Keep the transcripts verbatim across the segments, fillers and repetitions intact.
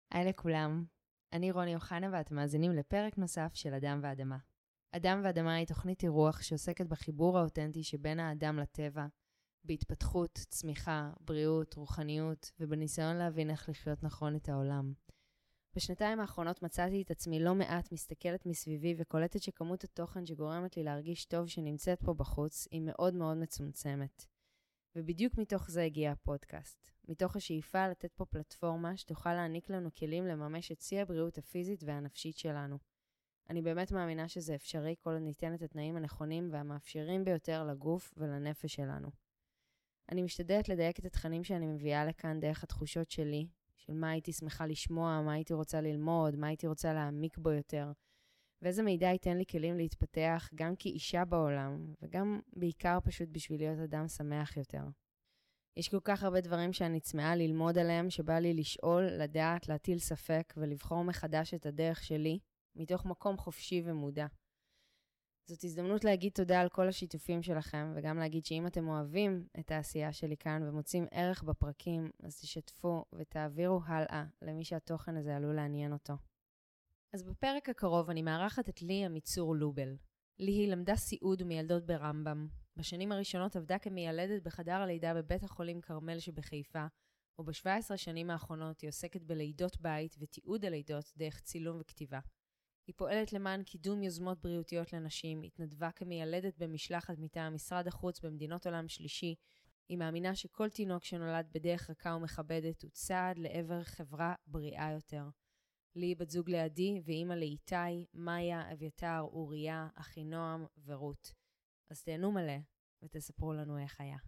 היי לכולם, אני רוני אוחנה ואתם מאזינים לפרק נוסף של אדם ואדמה. אדם ואדמה היא תוכנית אירוח שעוסקת בחיבור האותנטי שבין האדם לטבע, בהתפתחות, צמיחה, בריאות, רוחניות ובניסיון להבין איך לחיות נכון את העולם. בשנתיים האחרונות מצאתי את עצמי לא מעט מסתכלת מסביבי וקולטת שכמות התוכן שגורמת לי להרגיש טוב שנמצאת פה בחוץ היא מאוד מאוד מצומצמת. ובדיוק מתוך זה הגיע הפודקאסט, מתוך השאיפה לתת פה פלטפורמה שתוכל להעניק לנו כלים לממש את שיא הבריאות הפיזית והנפשית שלנו. אני באמת מאמינה שזה אפשרי כל עוד ניתן את התנאים הנכונים והמאפשרים ביותר לגוף ולנפש שלנו. אני משתדלת לדייק את התכנים שאני מביאה לכאן דרך התחושות שלי, של מה הייתי שמחה לשמוע, מה הייתי רוצה ללמוד, מה הייתי רוצה להעמיק בו יותר, ואיזה מידע ייתן לי כלים להתפתח גם כאישה בעולם, וגם בעיקר פשוט בשביל להיות אדם שמח יותר. יש כל כך הרבה דברים שאני צמאה ללמוד עליהם, שבא לי לשאול, לדעת, להטיל ספק ולבחור מחדש את הדרך שלי, מתוך מקום חופשי ומודע. זאת הזדמנות להגיד תודה על כל השיתופים שלכם, וגם להגיד שאם אתם אוהבים את העשייה שלי כאן ומוצאים ערך בפרקים, אז תשתפו ותעבירו הלאה למי שהתוכן הזה עלול לעניין אותו. אז בפרק הקרוב אני מארחת את לי עמיצור לובל. לי היא למדה סיעוד מילדות ברמב"ם. בשנים הראשונות עבדה כמיילדת בחדר הלידה בבית החולים כרמל שבחיפה, וב-שבע עשרה שנים האחרונות היא עוסקת בלידות בית ותיעוד הלידות דרך צילום וכתיבה. היא פועלת למען קידום יוזמות בריאותיות לנשים, התנדבה כמיילדת במשלחת מטעם משרד החוץ במדינות עולם שלישי. היא מאמינה שכל תינוק שנולד בדרך רכה ומכבדת הוא צעד לעבר חברה בריאה יותר. לי בת זוג לידי ואימא לאיתי, מאיה, אביתר, אוריה, אחינועם ורות. אז תהנו מלא ותספרו לנו איך היה.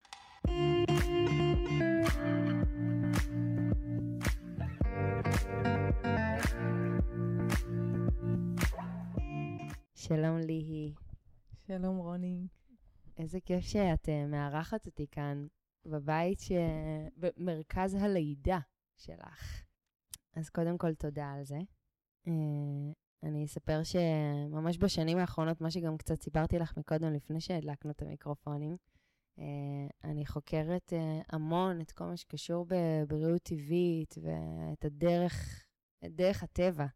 שלום ליהי. שלום רוני. איזה כיף שאת מארחת אותי כאן בבית שבמרכז הלידה שלך. אז קודם כל תודה על זה. אני אספר שממש בשנים האחרונות, מה שגם קצת סיפרתי לך מקודם לפני שהדלקנו את המיקרופונים, אני חוקרת המון את כל מה שקשור בבריאות טבעית ואת הדרך, את דרך הטבע.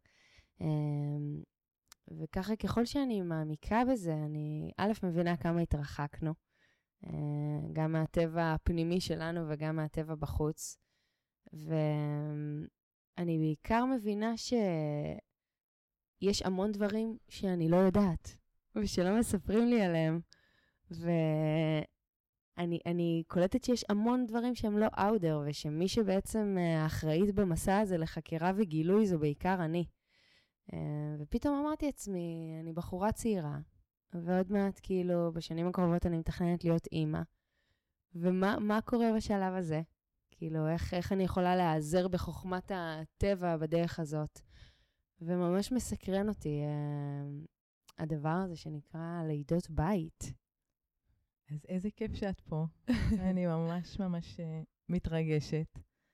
וככה ככל שאני מעמיקה בזה, אני א' מבינה כמה התרחקנו, גם מהטבע הפנימי שלנו וגם מהטבע בחוץ. ואני בעיקר מבינה שיש המון דברים שאני לא יודעת, ושלא מספרים לי עליהם. ואני אני קולטת שיש המון דברים שהם לא אאודר, ושמי שבעצם האחראית במסע הזה לחקירה וגילוי זו בעיקר אני. ופתאום אמרתי עצמי, אני בחורה צעירה, ועוד מעט כאילו בשנים הקרובות אני מתכננת להיות אימא. ומה מה קורה בשלב הזה? כאילו איך, איך אני יכולה להיעזר בחוכמת הטבע בדרך הזאת? וממש מסקרן אותי אה, הדבר הזה שנקרא לידות בית. אז איזה כיף שאת פה. אני ממש ממש uh, מתרגשת.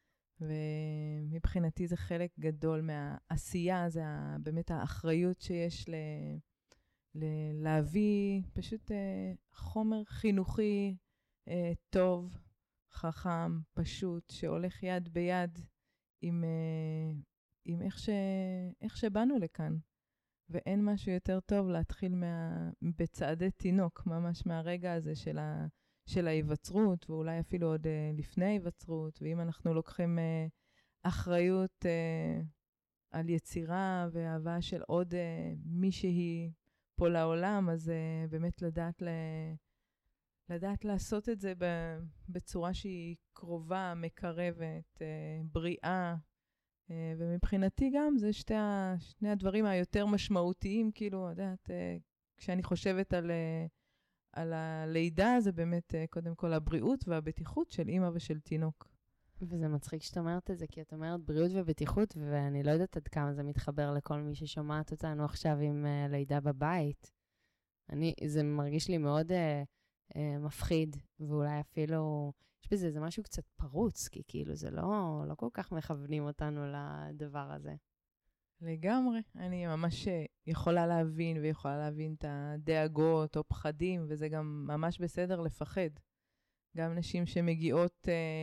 ומבחינתי זה חלק גדול מהעשייה, זה באמת האחריות שיש ל, ל, להביא פשוט uh, חומר חינוכי uh, טוב, חכם, פשוט, שהולך יד ביד עם, uh, עם איך, ש, איך שבאנו לכאן. ואין משהו יותר טוב להתחיל מה, בצעדי תינוק, ממש מהרגע הזה של ה... של ההיווצרות, ואולי אפילו עוד uh, לפני ההיווצרות, ואם אנחנו לוקחים uh, אחריות uh, על יצירה ואהבה של עוד uh, מישהי פה לעולם, אז uh, באמת לדעת, ל... לדעת לעשות את זה ב... בצורה שהיא קרובה, מקרבת, uh, בריאה, uh, ומבחינתי גם זה שתי ה... שני הדברים היותר משמעותיים, כאילו, יודעת, uh, כשאני חושבת על... Uh, על הלידה, זה באמת קודם כל הבריאות והבטיחות של אמא ושל תינוק. וזה מצחיק שאת אומרת את זה, כי את אומרת בריאות ובטיחות, ואני לא יודעת עד כמה זה מתחבר לכל מי ששומעת אותנו עכשיו עם uh, לידה בבית. אני, זה מרגיש לי מאוד uh, uh, מפחיד, ואולי אפילו, יש בזה איזה משהו קצת פרוץ, כי כאילו זה לא, לא כל כך מכוונים אותנו לדבר הזה. לגמרי. אני ממש יכולה להבין, ויכולה להבין את הדאגות או פחדים, וזה גם ממש בסדר לפחד. גם נשים שמגיעות אה,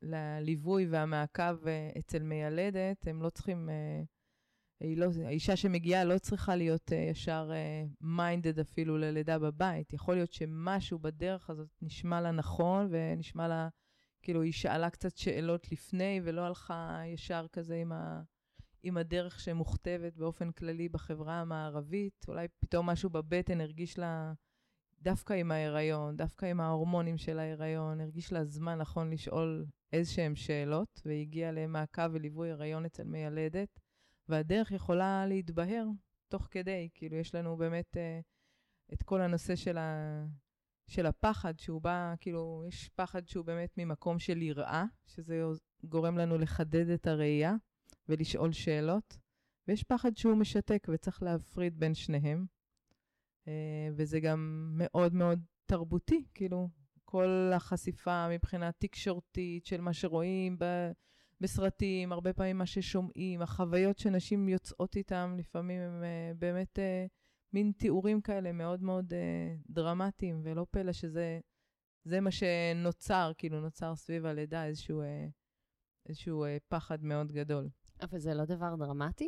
לליווי והמעקב אצל מיילדת, הם לא צריכים, היא לא, האישה שמגיעה לא צריכה להיות ישר מיינדד אפילו ללידה בבית. יכול להיות שמשהו בדרך הזאת נשמע לה נכון, ונשמע לה, כאילו היא שאלה קצת שאלות לפני, ולא הלכה ישר כזה עם ה... עם הדרך שמוכתבת באופן כללי בחברה המערבית. אולי פתאום משהו בבטן הרגיש לה, דווקא עם ההיריון, דווקא עם ההורמונים של ההיריון, הרגיש לה זמן נכון לשאול איזשהם שאלות, והגיעה למעקב וליווי הריון אצל מיילדת, והדרך יכולה להתבהר תוך כדי. כאילו יש לנו באמת uh, את כל הנושא של, ה, של הפחד, שהוא בא, כאילו יש פחד שהוא באמת ממקום של יראה, שזה גורם לנו לחדד את הראייה, ולשאול שאלות, ויש פחד שהוא משתק, וצריך להפריד בין שניהם. וזה גם מאוד מאוד תרבותי, כאילו, כל החשיפה מבחינה תקשורתית של מה שרואים בסרטים, הרבה פעמים מה ששומעים, החוויות שנשים יוצאות איתם, לפעמים הם באמת מין תיאורים כאלה מאוד מאוד דרמטיים, ולא פלא שזה זה מה שנוצר, כאילו נוצר סביב הלידה, איזשהו, איזשהו פחד מאוד גדול. אבל זה לא דבר דרמטי?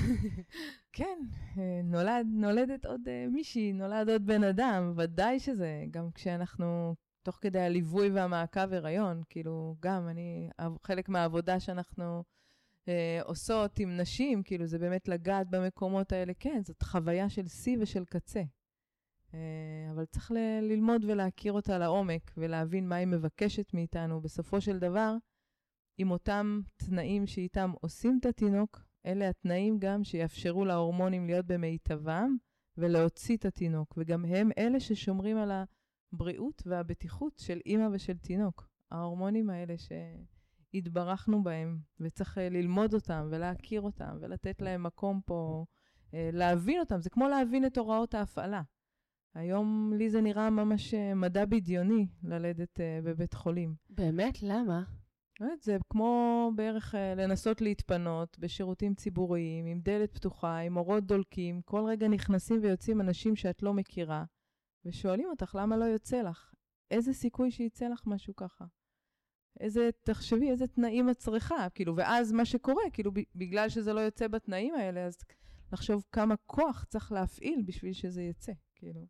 כן, נולד, נולדת עוד מישהי, נולד עוד בן אדם, ודאי שזה, גם כשאנחנו, תוך כדי הליווי והמעקב הריון, כאילו גם אני, חלק מהעבודה שאנחנו אה, עושות עם נשים, כאילו זה באמת לגעת במקומות האלה, כן, זאת חוויה של שיא ושל קצה. אה, אבל צריך ל- ללמוד ולהכיר אותה לעומק, ולהבין מה היא מבקשת מאיתנו. בסופו של דבר, עם אותם תנאים שאיתם עושים את התינוק, אלה התנאים גם שיאפשרו להורמונים להיות במיטבם, ולהוציא את התינוק. וגם הם אלה ששומרים על הבריאות והבטיחות של אמא ושל תינוק. ההורמונים האלה שהתברכנו בהם, וצריך ללמוד אותם ולהכיר אותם, ולתת להם מקום פה, להבין אותם. זה כמו להבין את הוראות ההפעלה. היום לי זה נראה ממש מדע בדיוני ללדת בבית חולים. באמת? למה? זה כמו בערך לנסות להתפנות בשירותים ציבוריים, עם דלת פתוחה, עם אורות דולקים. כל רגע נכנסים ויוצאים אנשים שאת לא מכירה, ושואלים אותך למה לא יוצא לך. איזה סיכוי שיצא לך משהו ככה? איזה, תחשבי, איזה תנאים את צריכה. כאילו, ואז מה שקורה, כאילו, בגלל שזה לא יוצא בתנאים האלה, אז לחשוב כמה כוח צריך להפעיל בשביל שזה יצא, כאילו.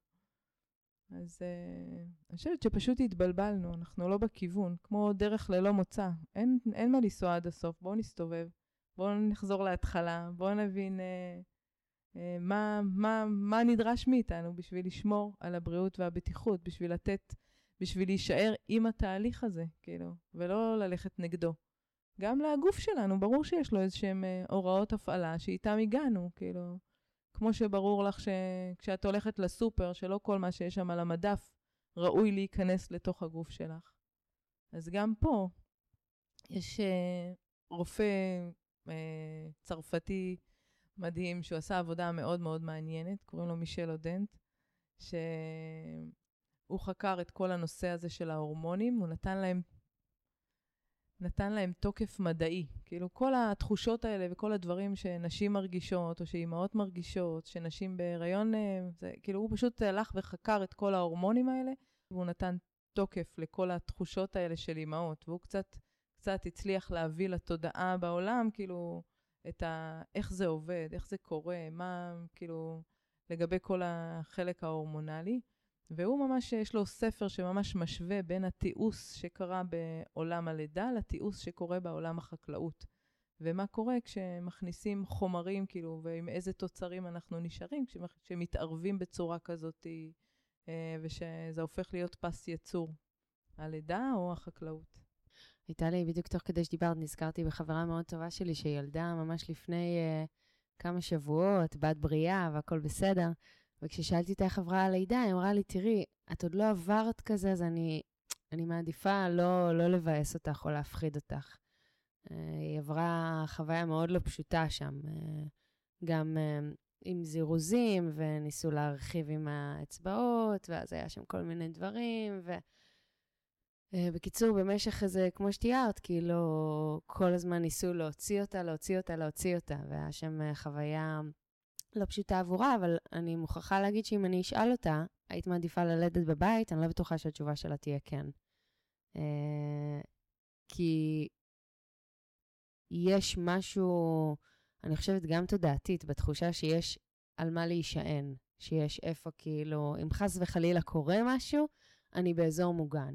אז uh, אני חושבת שפשוט התבלבלנו, אנחנו לא בכיוון, כמו דרך ללא מוצא. אין, אין מה לנסוע עד הסוף, בואו נסתובב, בואו נחזור להתחלה, בואו נבין uh, uh, מה, מה, מה נדרש מאיתנו בשביל לשמור על הבריאות והבטיחות, בשביל לתת, בשביל להישאר עם התהליך הזה, כאילו, ולא ללכת נגדו. גם לגוף שלנו, ברור שיש לו איזשהם uh, הוראות הפעלה שאיתם הגענו, כאילו. כמו שברור לך שכשאת הולכת לסופר, שלא כל מה שיש שם על המדף ראוי להיכנס לתוך הגוף שלך. אז גם פה יש uh, רופא uh, צרפתי מדהים, שהוא עשה עבודה מאוד מאוד מעניינת, קוראים לו מישל אודנט, שהוא חקר את כל הנושא הזה של ההורמונים, הוא נתן להם נתן להם תוקף מדעי. כאילו כל התחושות האלה וכל הדברים שנשים מרגישות, או שאימהות מרגישות, שנשים בהיריון, זה, כאילו הוא פשוט הלך וחקר את כל ההורמונים האלה, והוא נתן תוקף לכל התחושות האלה של אימהות, והוא קצת, קצת הצליח להביא לתודעה בעולם, כאילו, את ה, איך זה עובד, איך זה קורה, מה, כאילו, לגבי כל החלק ההורמונלי. והוא ממש, יש לו ספר שממש משווה בין התיעוש שקרה בעולם הלידה לתיעוש שקורה בעולם החקלאות. ומה קורה כשמכניסים חומרים, כאילו, ועם איזה תוצרים אנחנו נשארים, כשמתערבים בצורה כזאת, ושזה הופך להיות פס יצור, הלידה או החקלאות. הייתה לי בדיוק תוך כדי שדיברת, נזכרתי בחברה מאוד טובה שלי, שילדה ממש לפני uh, כמה שבועות, בת בריאה והכל בסדר, וכששאלתי את החברה על לידה, היא אמרה לי, תראי, את עוד לא עברת כזה, אז אני, אני מעדיפה לא, לא לבאס אותך או להפחיד אותך. היא עברה חוויה מאוד לא פשוטה שם, גם עם זירוזים, וניסו להרחיב עם האצבעות, ואז היה שם כל מיני דברים, ובקיצור, במשך איזה, כמו שתיארת, כאילו, כל הזמן ניסו להוציא אותה, להוציא אותה, להוציא אותה, והיה שם חוויה לא פשוטה עבורה, אבל אני מוכרחה להגיד שאם אני אשאל אותה, היית מעדיפה ללדת בבית, אני לא בטוחה שהתשובה שלה תהיה כן. כי יש משהו, אני חושבת גם תודעתית, בתחושה שיש על מה להישען, שיש איפה כאילו, אם חס וחלילה קורה משהו, אני באזור מוגן.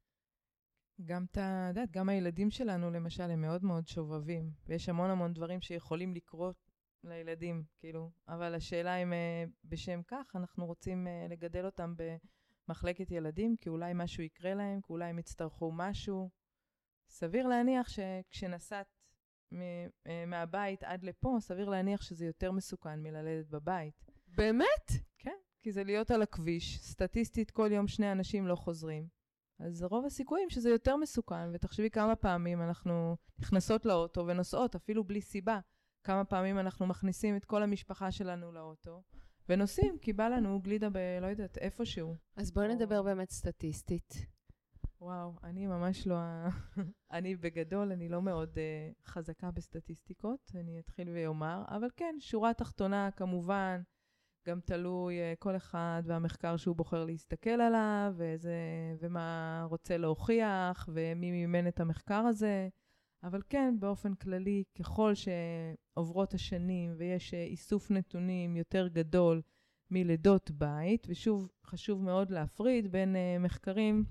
גם אתה יודעת, גם הילדים שלנו למשל הם מאוד מאוד שובבים, ויש המון המון דברים שיכולים לקרות לילדים, כאילו, אבל השאלה אם uh, בשם כך אנחנו רוצים uh, לגדל אותם במחלקת ילדים, כי אולי משהו יקרה להם, כי אולי הם יצטרכו משהו. סביר להניח שכשנסעת מ- uh, מהבית עד לפה, סביר להניח שזה יותר מסוכן מללדת בבית. באמת? כן, כי זה להיות על הכביש, סטטיסטית כל יום שני אנשים לא חוזרים. אז רוב הסיכויים שזה יותר מסוכן, ותחשבי כמה פעמים אנחנו נכנסות לאוטו ונוסעות, אפילו בלי סיבה. כמה פעמים אנחנו מכניסים את כל המשפחה שלנו לאוטו, ונוסעים, כי בא לנו גלידה ב... לא יודעת, איפשהו. אז בואי או... נדבר באמת סטטיסטית. וואו, אני ממש לא... אני בגדול, אני לא מאוד uh, חזקה בסטטיסטיקות, אני אתחיל ויומר, אבל כן, שורה תחתונה כמובן, גם תלוי uh, כל אחד והמחקר שהוא בוחר להסתכל עליו, ואיזה, ומה רוצה להוכיח, ומי מימן את המחקר הזה. אבל כן, באופן כללי, ככל שעוברות השנים ויש uh, איסוף נתונים יותר גדול מלידות בית, ושוב, חשוב מאוד להפריד בין uh, מחקרים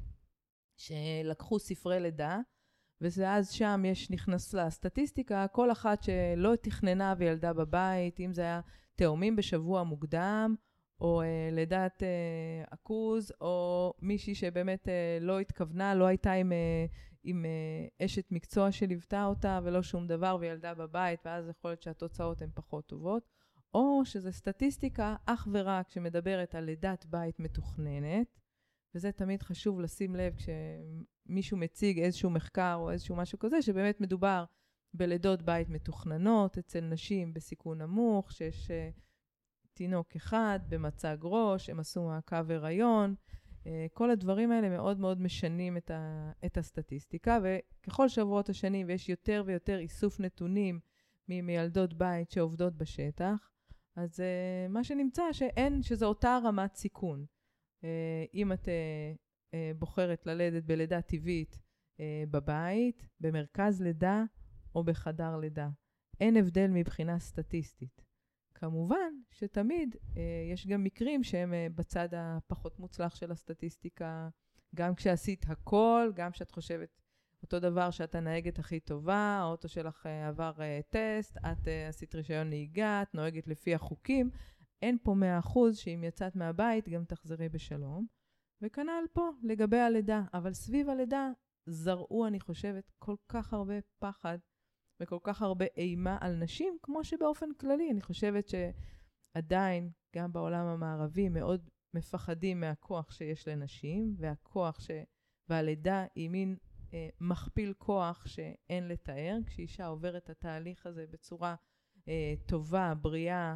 שלקחו ספרי לידה, ואז שם יש נכנס לסטטיסטיקה, כל אחת שלא תכננה וילדה בבית, אם זה היה תאומים בשבוע מוקדם, או אה, לידת אה, עכוז, או מישהי שבאמת אה, לא התכוונה, לא הייתה עם, אה, עם אה, אשת מקצוע שליוותה אותה, ולא שום דבר, וילדה בבית, ואז יכול להיות שהתוצאות הן פחות טובות, או שזה סטטיסטיקה אך ורק שמדברת על לידת בית מתוכננת, וזה תמיד חשוב לשים לב כשמישהו מציג איזשהו מחקר או איזשהו משהו כזה, שבאמת מדובר בלידות בית מתוכננות, אצל נשים בסיכון נמוך, שיש uh, תינוק אחד במצג ראש, הם עשו מעקב הריון, uh, כל הדברים האלה מאוד מאוד משנים את, ה, את הסטטיסטיקה, וככל שעברות השנים ויש יותר ויותר איסוף נתונים מ- מילדות בית שעובדות בשטח, אז uh, מה שנמצא שאין, שזה אותה רמת סיכון. Uh, אם את uh, uh, בוחרת ללדת בלידה טבעית uh, בבית, במרכז לידה או בחדר לידה. אין הבדל מבחינה סטטיסטית. כמובן שתמיד uh, יש גם מקרים שהם uh, בצד הפחות מוצלח של הסטטיסטיקה, גם כשעשית הכל, גם כשאת חושבת אותו דבר שאת הנהגת הכי טובה, האוטו שלך uh, עבר uh, טסט, את uh, עשית רישיון נהיגה, את נוהגת לפי החוקים, אין פה מאה אחוז שאם יצאת מהבית גם תחזרי בשלום. וכנ"ל פה לגבי הלידה. אבל סביב הלידה זרעו, אני חושבת, כל כך הרבה פחד וכל כך הרבה אימה על נשים, כמו שבאופן כללי. אני חושבת שעדיין, גם בעולם המערבי, מאוד מפחדים מהכוח שיש לנשים, והכוח ש... והלידה היא מין אה, מכפיל כוח שאין לתאר. כשאישה עוברת את התהליך הזה בצורה אה, טובה, בריאה,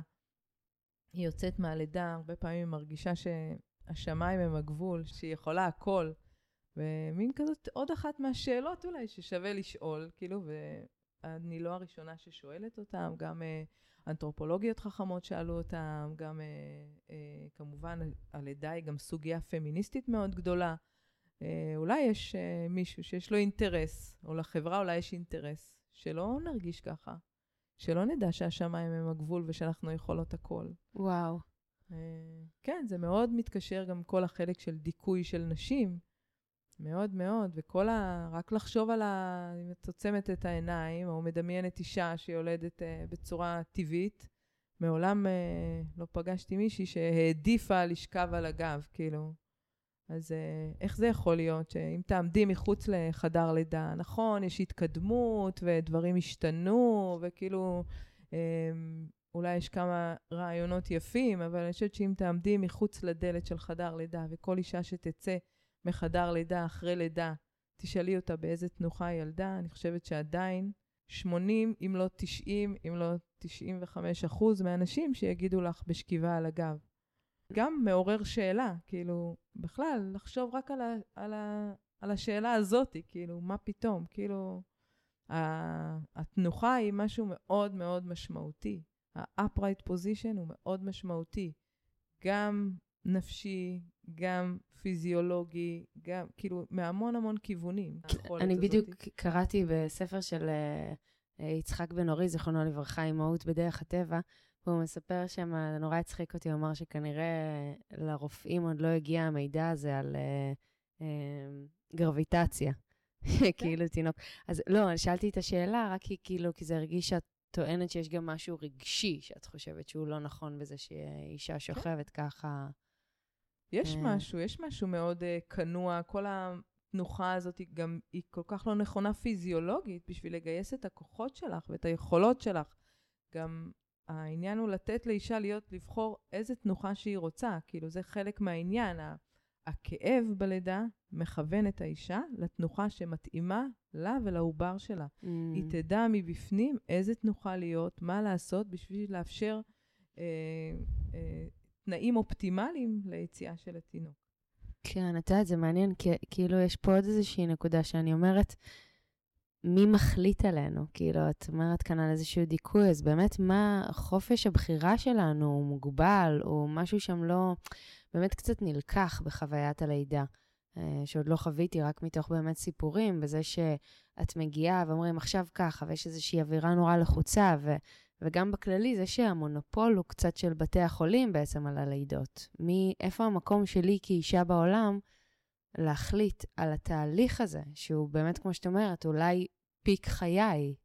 היא יוצאת מהלידה, הרבה פעמים מרגישה שהשמיים הם הגבול, שהיא יכולה הכל. ומין כזאת עוד אחת מהשאלות אולי ששווה לשאול, כאילו, ואני לא הראשונה ששואלת אותם, גם uh, אנתרופולוגיות חכמות שאלו אותם, גם uh, uh, כמובן הלידה היא גם סוגיה פמיניסטית מאוד גדולה. Uh, אולי יש uh, מישהו שיש לו אינטרס, או לחברה אולי יש אינטרס, שלא נרגיש ככה. שלא נדע שהשמיים הם הגבול ושאנחנו יכולות הכל. וואו. כן, זה מאוד מתקשר גם כל החלק של דיכוי של נשים. מאוד מאוד. וכל ה... רק לחשוב על ה... אם את עוצמת את העיניים, או מדמיינת אישה שיולדת uh, בצורה טבעית, מעולם uh, לא פגשתי מישהי שהעדיפה לשכב על הגב, כאילו. אז uh, איך זה יכול להיות שאם תעמדי מחוץ לחדר לידה, נכון, יש התקדמות ודברים השתנו, וכאילו um, אולי יש כמה רעיונות יפים, אבל אני חושבת שאם תעמדי מחוץ לדלת של חדר לידה, וכל אישה שתצא מחדר לידה אחרי לידה, תשאלי אותה באיזה תנוחה ילדה, אני חושבת שעדיין שמונים, אם לא תשעים, אם לא תשעים וחמישה אחוז מהאנשים שיגידו לך בשכיבה על הגב. גם מעורר שאלה, כאילו, בכלל, לחשוב רק על, ה, על, ה, על השאלה הזאת, כאילו, מה פתאום? כאילו, התנוחה היא משהו מאוד מאוד משמעותי. ה-upright position הוא מאוד משמעותי. גם נפשי, גם פיזיולוגי, גם כאילו מהמון המון כיוונים. אני בדיוק קראתי בספר של יצחק בן אורי, זיכרונו לברכה, אימהות בדרך הטבע, והוא מספר שמה, נורא הצחיק אותי, הוא אמר שכנראה לרופאים עוד לא הגיע המידע הזה על גרביטציה, כאילו תינוק. אז לא, שאלתי את השאלה, רק כי כאילו, כי זה הרגיש שאת טוענת שיש גם משהו רגשי, שאת חושבת שהוא לא נכון בזה שאישה שוכבת ככה. יש משהו, יש משהו מאוד כנוע, כל התנוחה הזאת היא גם, היא כל כך לא נכונה פיזיולוגית, בשביל לגייס את הכוחות שלך ואת היכולות שלך. גם העניין הוא לתת לאישה להיות, לבחור איזה תנוחה שהיא רוצה, כאילו זה חלק מהעניין, הכאב בלידה מכוון את האישה לתנוחה שמתאימה לה ולעובר שלה. Mm. היא תדע מבפנים איזה תנוחה להיות, מה לעשות בשביל לאפשר אה, אה, תנאים אופטימליים ליציאה של התינוק. כן, אתה יודע, זה מעניין, כי, כאילו יש פה עוד איזושהי נקודה שאני אומרת, מי מחליט עלינו? כאילו, את אומרת כאן על איזשהו דיכוי, אז באמת מה חופש הבחירה שלנו הוא מוגבל, או משהו שם לא, באמת קצת נלקח בחוויית הלידה, שעוד לא חוויתי, רק מתוך באמת סיפורים, בזה שאת מגיעה ואומרים עכשיו ככה, ויש איזושהי אווירה נורא לחוצה, ו, וגם בכללי זה שהמונופול הוא קצת של בתי החולים בעצם על הלידות. מי, איפה המקום שלי כאישה בעולם, להחליט על התהליך הזה, שהוא באמת, כמו שאת אומרת, אולי פיק חיי,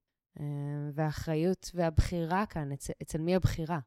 והאחריות והבחירה כאן, אצל, אצל מי הבחירה?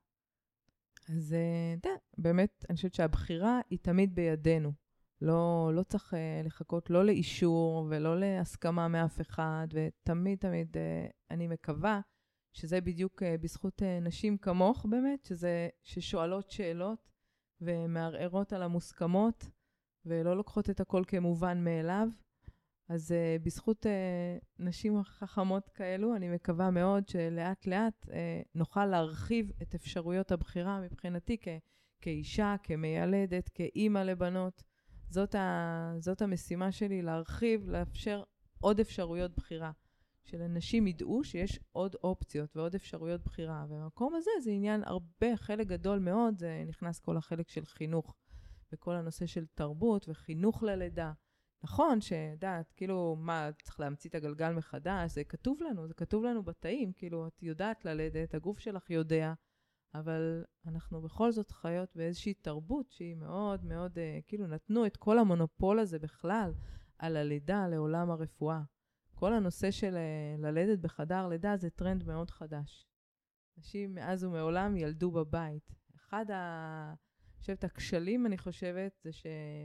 אז דה, באמת, אני חושבת שהבחירה היא תמיד בידינו. לא, לא צריך לחכות לא לאישור ולא להסכמה מאף אחד, ותמיד תמיד אני מקווה שזה בדיוק בזכות נשים כמוך באמת, שזה, ששואלות שאלות ומערערות על המוסכמות, ולא לוקחות את הכל כמובן מאליו. אז uh, בזכות uh, נשים חכמות כאלו, אני מקווה מאוד שלאט לאט uh, נוכל להרחיב את אפשרויות הבחירה מבחינתי כ- כאישה, כמיילדת, כאימא לבנות. זאת, ה- זאת המשימה שלי, להרחיב, לאפשר עוד אפשרויות בחירה. שלנשים ידעו שיש עוד אופציות ועוד אפשרויות בחירה. ובמקום הזה זה עניין הרבה, חלק גדול מאוד, זה נכנס כל החלק של חינוך. וכל הנושא של תרבות וחינוך ללידה. נכון שדעת, כאילו, מה, צריך להמציא את הגלגל מחדש, זה כתוב לנו, זה כתוב לנו בתאים, כאילו, את יודעת ללדת, הגוף שלך יודע, אבל אנחנו בכל זאת חיות באיזושהי תרבות שהיא מאוד מאוד, כאילו, נתנו את כל המונופול הזה בכלל על הלידה לעולם הרפואה. כל הנושא של ללדת בחדר לידה זה טרנד מאוד חדש. אנשים מאז ומעולם ילדו בבית. אחד ה... אני חושבת, הכשלים, אני חושבת, זה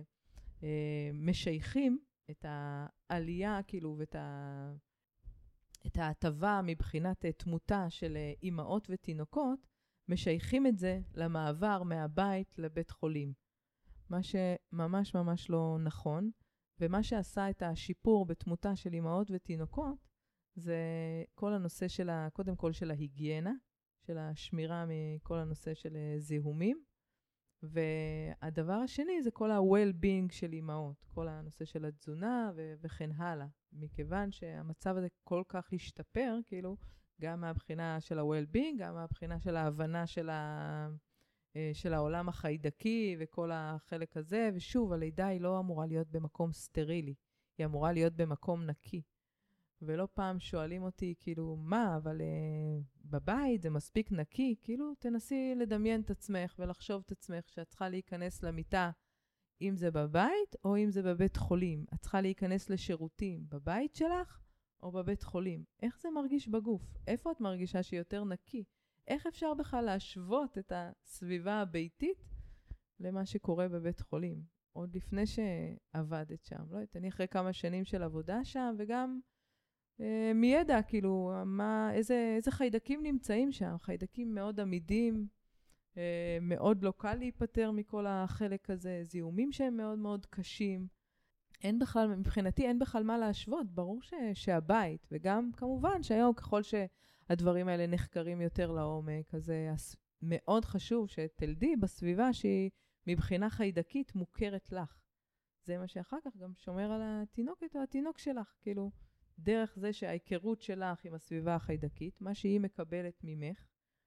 שמשייכים את העלייה, כאילו, ואת ה... את ההטבה מבחינת תמותה של אימהות ותינוקות, משייכים את זה למעבר מהבית לבית חולים. מה שממש ממש לא נכון, ומה שעשה את השיפור בתמותה של אימהות ותינוקות, זה כל הנושא של, ה... קודם כל של ההיגיינה, של השמירה מכל הנושא של זיהומים, והדבר השני זה כל ה-well-being של אימהות, כל הנושא של התזונה ו- וכן הלאה. מכיוון שהמצב הזה כל כך השתפר, כאילו, גם מהבחינה של ה-well-being, גם מהבחינה של ההבנה של, ה- של העולם החיידקי וכל החלק הזה, ושוב, הלידה היא לא אמורה להיות במקום סטרילי, היא אמורה להיות במקום נקי. ולא פעם שואלים אותי, כאילו, מה, אבל uh, בבית זה מספיק נקי? כאילו, תנסי לדמיין את עצמך ולחשוב את עצמך שאת צריכה להיכנס למיטה, אם זה בבית או אם זה בבית חולים. את צריכה להיכנס לשירותים בבית שלך או בבית חולים. איך זה מרגיש בגוף? איפה את מרגישה שיותר נקי? איך אפשר בכלל להשוות את הסביבה הביתית למה שקורה בבית חולים? עוד לפני שעבדת שם. לא יודעת, אני אחרי כמה שנים של עבודה שם, וגם Uh, מידע, כאילו, מה, איזה, איזה חיידקים נמצאים שם, חיידקים מאוד עמידים, uh, מאוד לא קל להיפטר מכל החלק הזה, זיהומים שהם מאוד מאוד קשים. אין בכלל, מבחינתי אין בכלל מה להשוות, ברור ש, שהבית, וגם כמובן שהיום ככל שהדברים האלה נחקרים יותר לעומק, אז זה מאוד חשוב שתלדי בסביבה שהיא מבחינה חיידקית מוכרת לך. זה מה שאחר כך גם שומר על התינוקת או התינוק שלך, כאילו, דרך זה שההיכרות שלך עם הסביבה החיידקית, מה שהיא מקבלת ממך,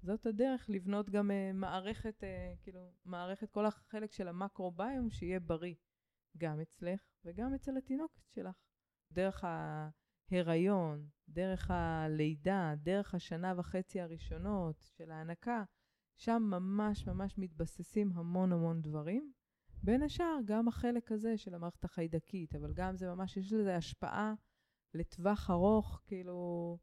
זאת הדרך לבנות גם uh, מערכת, uh, כאילו, מערכת כל החלק של המקרוביום שיהיה בריא, גם אצלך וגם אצל התינוקת שלך. דרך ההיריון, דרך הלידה, דרך השנה וחצי הראשונות של ההנקה, שם ממש ממש מתבססים המון המון דברים. בין השאר גם החלק הזה של המערכת החיידקית, אבל גם זה ממש, יש לזה השפעה לטווח ארוך, כאילו,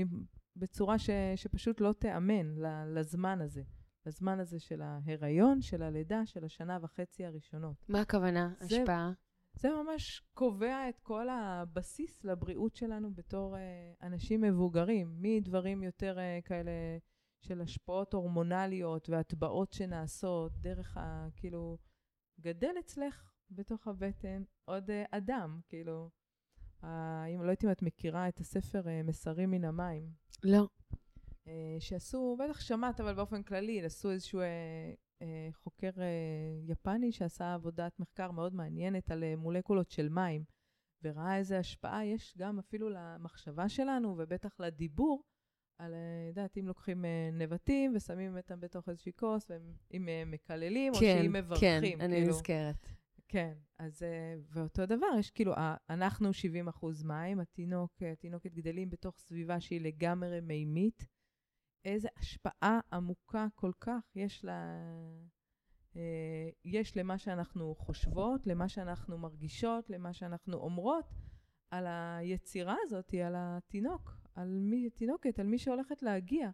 בצורה ש, שפשוט לא תאמן לזמן הזה. לזמן הזה של ההיריון, של הלידה, של השנה וחצי הראשונות. מה הכוונה? זה, השפעה? זה ממש קובע את כל הבסיס לבריאות שלנו בתור uh, אנשים מבוגרים, מדברים יותר uh, כאלה של השפעות הורמונליות והטבעות שנעשות, דרך ה, כאילו, גדל אצלך בתוך הבטן עוד uh, אדם, כאילו, uh, אם לא הייתי אם את מכירה את הספר uh, מסרים מן המים. לא. Uh, שעשו, בטח שמעת, אבל באופן כללי, עשו איזשהו uh, uh, חוקר uh, יפני שעשה עבודת מחקר מאוד מעניינת על uh, מולקולות של מים, וראה איזה השפעה יש גם אפילו למחשבה שלנו, ובטח לדיבור, על, יודעת, אם לוקחים uh, נבטים ושמים אותם בתוך איזושהי כוס, ואם uh, מקללים, כן, או שאם מברכים. כן, אני כאילו, נזכרת. כן, אז, uh, ואותו דבר, יש כאילו, uh, אנחנו שבעים אחוז מים, התינוק, uh, התינוקת גדלים בתוך סביבה שהיא לגמרי מימית, איזו השפעה עמוקה כל כך יש לה, uh, יש למה שאנחנו חושבות, למה שאנחנו מרגישות, למה שאנחנו אומרות, על היצירה הזאת, על התינוק, על מי, תינוקת, על מי שהולכת להגיע,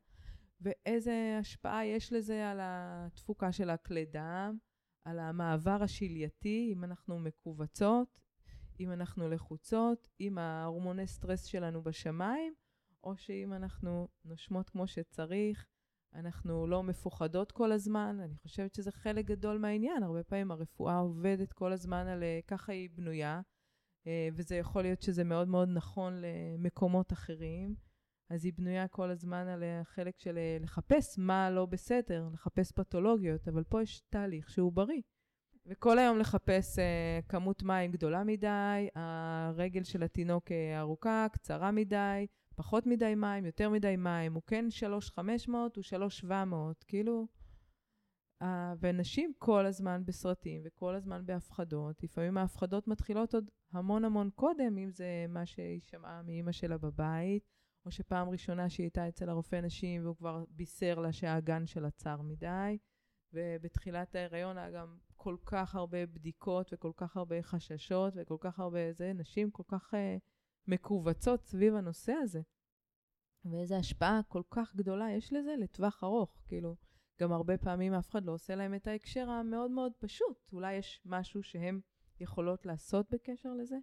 ואיזה השפעה יש לזה על התפוקה של הכלי דם, על המעבר השלייתי, אם אנחנו מקובצות, אם אנחנו לחוצות, אם ההורמוני סטרס שלנו בשמיים, או שאם אנחנו נושמות כמו שצריך, אנחנו לא מפוחדות כל הזמן. אני חושבת שזה חלק גדול מהעניין. הרבה פעמים הרפואה עובדת כל הזמן על ככה היא בנויה, וזה יכול להיות שזה מאוד מאוד נכון למקומות אחרים. אז היא בנויה כל הזמן על החלק של לחפש מה לא בסדר, לחפש פתולוגיות, אבל פה יש תהליך שהוא בריא. וכל היום לחפש uh, כמות מים גדולה מדי, הרגל של התינוק ארוכה, קצרה מדי, פחות מדי מים, יותר מדי מים, הוא כן שלוש אלף וחמש מאות, הוא שלוש אלף שבע מאות, כאילו, uh, ונשים כל הזמן בסרטים וכל הזמן בהפחדות, לפעמים ההפחדות מתחילות עוד המון המון קודם, אם זה מה שהיא שמעה מאמא שלה בבית, או שפעם ראשונה שהיא הייתה אצל הרופא נשים והוא כבר בישר לה שהאגן שלה צר מדי, ובתחילת ההיריון היה גם כל כך הרבה בדיקות וכל כך הרבה חששות וכל כך הרבה זה, נשים כל כך uh, מקובצות סביב הנושא הזה. ואיזו השפעה כל כך גדולה יש לזה לטווח ארוך, כאילו גם הרבה פעמים אף אחד לא עושה להם את ההקשר המאוד מאוד פשוט, אולי יש משהו שהם יכולות לעשות בקשר לזה?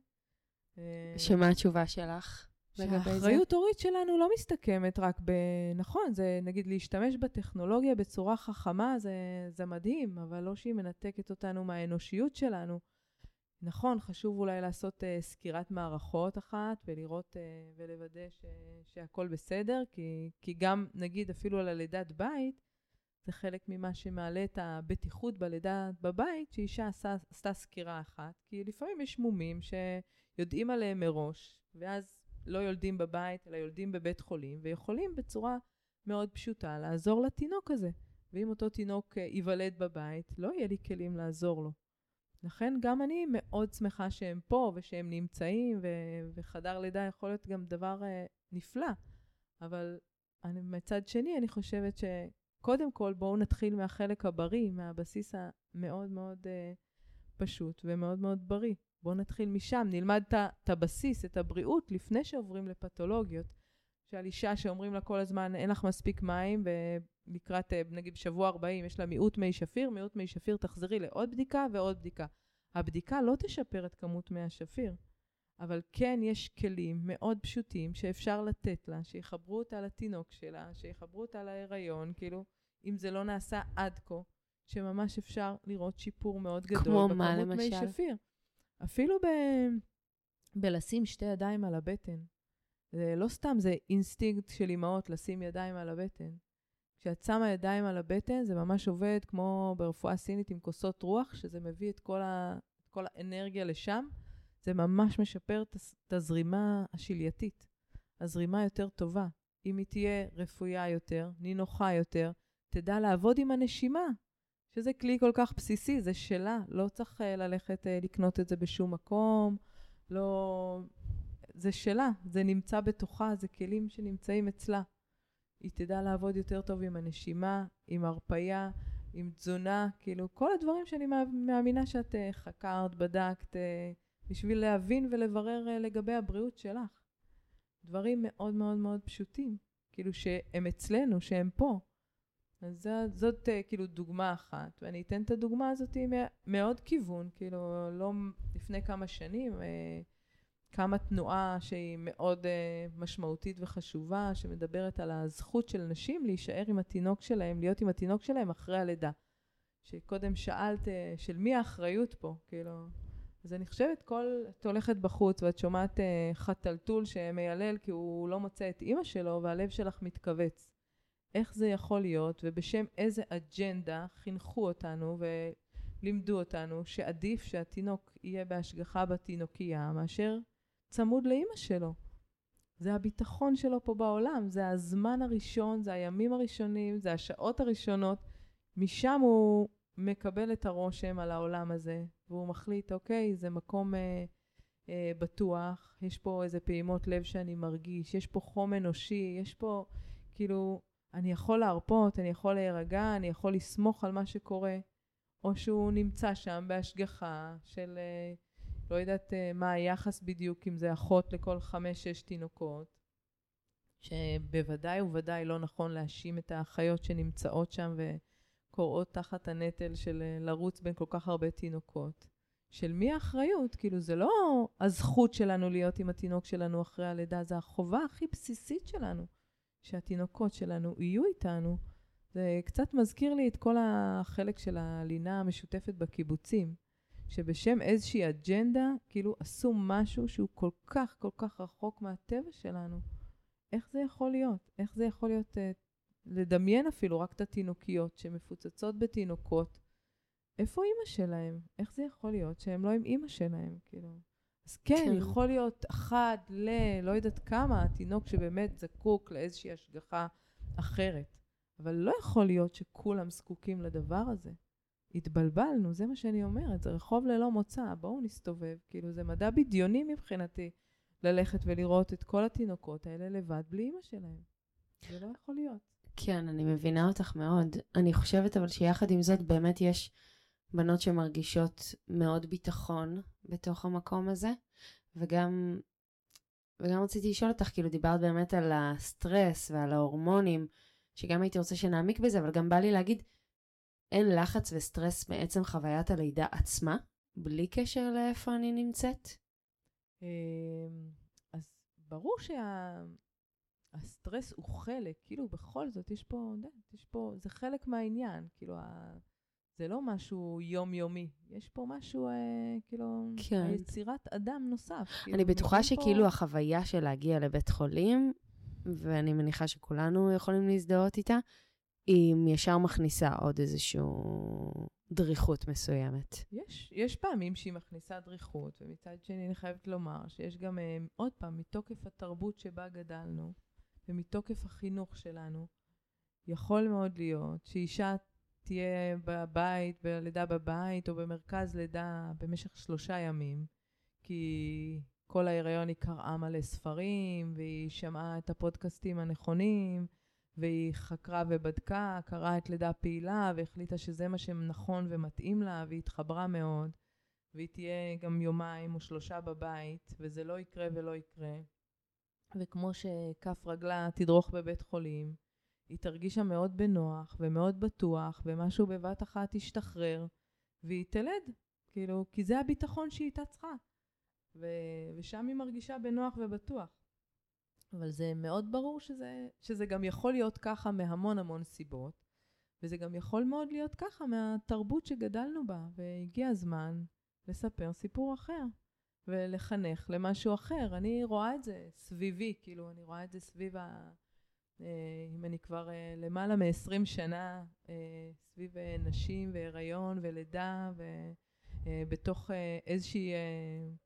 שמה התשובה שלך? שהאחריות הורית שלנו לא מסתכמת רק ב... נכון, זה נגיד להשתמש בטכנולוגיה בצורה חכמה, זה, זה מדהים, אבל לא שהיא מנתקת אותנו מהאנושיות שלנו. נכון, חשוב אולי לעשות uh, סקירת מערכות אחת, ולראות uh, ולוודא ש, שהכל בסדר, כי, כי גם נגיד אפילו על הלידת בית, זה חלק ממה שמעלה את הבטיחות בלידה בבית, שאישה עשה, עשתה סקירה אחת, כי לפעמים יש מומים שיודעים עליהם מראש, ואז לא יולדים בבית, אלא יולדים בבית חולים, ויכולים בצורה מאוד פשוטה לעזור לתינוק הזה. ואם אותו תינוק ייוולד בבית, לא יהיה לי כלים לעזור לו. לכן גם אני מאוד שמחה שהם פה, ושהם נמצאים, ו- וחדר לידה יכול להיות גם דבר uh, נפלא. אבל אני, מצד שני, אני חושבת שקודם כל בואו נתחיל מהחלק הבריא, מהבסיס המאוד מאוד uh, פשוט ומאוד מאוד בריא. בואו נתחיל משם, נלמד את הבסיס, את הבריאות, לפני שעוברים לפתולוגיות. שעל אישה שאומרים לה כל הזמן, אין לך מספיק מים, ולקראת, נגיד, בשבוע ארבעים, יש לה מיעוט מי שפיר, מיעוט מי שפיר, תחזרי לעוד בדיקה ועוד בדיקה. הבדיקה לא תשפר את כמות מי השפיר, אבל כן יש כלים מאוד פשוטים שאפשר לתת לה, שיחברו אותה לתינוק שלה, שיחברו אותה להיריון, כאילו, אם זה לא נעשה עד כה, שממש אפשר לראות שיפור מאוד גדול. כמו מה למשל? מי שפיר. אפילו ב... בלשים שתי ידיים על הבטן. זה לא סתם, זה אינסטינקט של אמהות לשים ידיים על הבטן. כשאת שמה ידיים על הבטן, זה ממש עובד כמו ברפואה סינית עם כוסות רוח, שזה מביא את כל, ה... את כל האנרגיה לשם. זה ממש משפר את הזרימה השלייתית. הזרימה יותר טובה. אם היא תהיה רפויה יותר, נינוחה יותר, תדע לעבוד עם הנשימה, שזה כלי כל כך בסיסי, זה שלה, לא צריך ללכת לקנות את זה בשום מקום, לא, זה שלה, זה נמצא בתוכה, זה כלים שנמצאים אצלה. היא תדע לעבוד יותר טוב עם הנשימה, עם הרפאיה, עם תזונה, כאילו כל הדברים שאני מאמינה שאת חקרת, בדקת, בשביל להבין ולברר לגבי הבריאות שלך. דברים מאוד מאוד מאוד פשוטים, כאילו שהם אצלנו, שהם פה. אז זאת, זאת כאילו דוגמה אחת, ואני אתן את הדוגמה הזאת מאוד כיוון, כאילו לא לפני כמה שנים, כמה תנועה שהיא מאוד משמעותית וחשובה, שמדברת על הזכות של נשים להישאר עם התינוק שלהם, להיות עם התינוק שלהם אחרי הלידה. שקודם שאלת של מי האחריות פה, כאילו. אז אני חושבת, כל, את הולכת בחוץ ואת שומעת חתלתול שמיילל כי הוא לא מוצא את אמא שלו והלב שלך מתכווץ. איך זה יכול להיות ובשם איזה אג'נדה חינכו אותנו ולימדו אותנו שעדיף שהתינוק יהיה בהשגחה בתינוקייה מאשר צמוד לאמא שלו. זה הביטחון שלו פה בעולם, זה הזמן הראשון, זה הימים הראשונים, זה השעות הראשונות. משם הוא מקבל את הרושם על העולם הזה, והוא מחליט, אוקיי, זה מקום אה, אה, בטוח, יש פה איזה פעימות לב שאני מרגיש, יש פה חום אנושי, יש פה, כאילו, אני יכול להרפות, אני יכול להירגע, אני יכול לסמוך על מה שקורה, או שהוא נמצא שם בהשגחה של, אה, לא יודעת אה, מה היחס בדיוק, אם זה אחות לכל חמש, שש תינוקות, שבוודאי ובוודאי לא נכון להאשים את האחיות שנמצאות שם ו... קוראות תחת הנטל של לרוץ בין כל כך הרבה תינוקות. של מי האחריות? כאילו זה לא הזכות שלנו להיות עם התינוק שלנו אחרי הלידה, זה החובה הכי בסיסית שלנו, שהתינוקות שלנו יהיו איתנו. זה קצת מזכיר לי את כל החלק של הלינה המשותפת בקיבוצים, שבשם איזושהי אג'נדה, כאילו עשו משהו שהוא כל כך כל כך רחוק מהטבע שלנו. איך זה יכול להיות? איך זה יכול להיות... לדמיין אפילו רק את התינוקיות שמפוצצות בתינוקות. איפה אמא שלהם? איך זה יכול להיות שהם לא עם אמא שלהם? כאילו. אז כן, כן, יכול להיות אחד ל... לא יודעת כמה, התינוק שבאמת זקוק לאיזושהי השגחה אחרת. אבל לא יכול להיות שכולם זקוקים לדבר הזה. התבלבלנו, זה מה שאני אומרת. זה רחוב ללא מוצא, בואו נסתובב. כאילו, זה מדע בדיוני מבחינתי ללכת ולראות את כל התינוקות האלה לבד בלי אמא שלהם. זה לא יכול להיות. כן, אני מבינה אותך מאוד. אני חושבת אבל שיחד עם זאת באמת יש בנות שמרגישות מאוד ביטחון בתוך המקום הזה, וגם, וגם רציתי לשאול אותך, כאילו דיברת באמת על הסטרס ועל ההורמונים, שגם הייתי רוצה שנעמיק בזה, אבל גם בא לי להגיד, אין לחץ וסטרס מעצם חוויית הלידה עצמה, בלי קשר לאיפה אני נמצאת? אז ברור שה... הסטרס הוא חלק, כאילו בכל זאת יש פה, יש פה, זה חלק מהעניין, כאילו ה... זה לא משהו יומיומי, יש פה משהו, אה, כאילו, כן. היצירת אדם נוסף. כאילו, אני בטוחה שכאילו פה... החוויה של להגיע לבית חולים, ואני מניחה שכולנו יכולים להזדהות איתה, היא ישר מכניסה עוד איזשהו דריכות מסוימת. יש, יש פעמים שהיא מכניסה דריכות, ומצד שני אני חייבת לומר שיש גם אה, עוד פעם, מתוקף התרבות שבה גדלנו, ומתוקף החינוך שלנו, יכול מאוד להיות שאישה תהיה בבית, בלידה בבית, או במרכז לידה במשך שלושה ימים, כי כל ההיריון היא קראה מלא ספרים, והיא שמעה את הפודקאסטים הנכונים, והיא חקרה ובדקה, קראה את לידה פעילה, והחליטה שזה מה שנכון ומתאים לה, והיא התחברה מאוד, והיא תהיה גם יומיים או שלושה בבית, וזה לא יקרה ולא יקרה. וכמו שכף רגלה תדרוך בבית חולים, היא תרגיש שם מאוד בנוח ומאוד בטוח, ומשהו בבת אחת ישתחרר, והיא תלד, כאילו, כי זה הביטחון שהיא הייתה צריכה. ו- ושם היא מרגישה בנוח ובטוח. אבל זה מאוד ברור שזה, שזה גם יכול להיות ככה מהמון המון סיבות, וזה גם יכול מאוד להיות ככה מהתרבות שגדלנו בה, והגיע הזמן לספר סיפור אחר. ולחנך למשהו אחר. אני רואה את זה סביבי, כאילו, אני רואה את זה סביב ה... אם אני כבר למעלה מ-עשרים שנה, סביב נשים והיריון ולידה, ובתוך איזושהי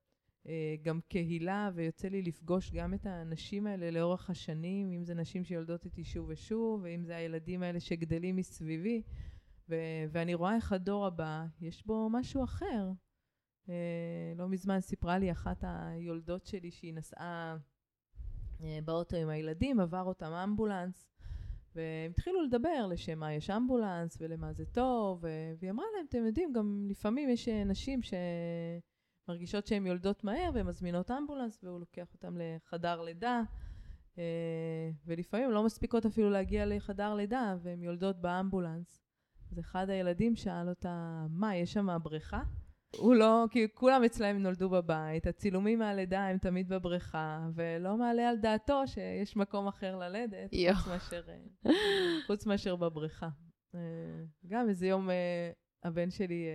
גם קהילה, ויוצא לי לפגוש גם את האנשים האלה לאורך השנים, אם זה נשים שיולדות איתי שוב ושוב, ואם זה הילדים האלה שגדלים מסביבי, ו- ואני רואה איך הדור הבא, יש בו משהו אחר. לא מזמן סיפרה לי אחת היולדות שלי שהיא נסעה באוטו עם הילדים, עבר אותם אמבולנס, והם התחילו לדבר לשם מה יש אמבולנס ולמה זה טוב, והיא אמרה להם, אתם יודעים, גם לפעמים יש נשים שמרגישות שהן יולדות מהר, והן מזמינות אמבולנס, והוא לוקח אותם לחדר לידה, ולפעמים לא מספיקות אפילו להגיע לחדר לידה, והן יולדות באמבולנס. אז אחד הילדים שאל אותה, מה, יש שם בריכה? הוא לא, כי כולם אצלהם נולדו בבית, הצילומים מהלידה הם תמיד בבריכה, ולא מעלה על דעתו שיש מקום אחר ללדת, חוץ מאשר, חוץ מאשר בבריכה. גם איזה יום הבן שלי,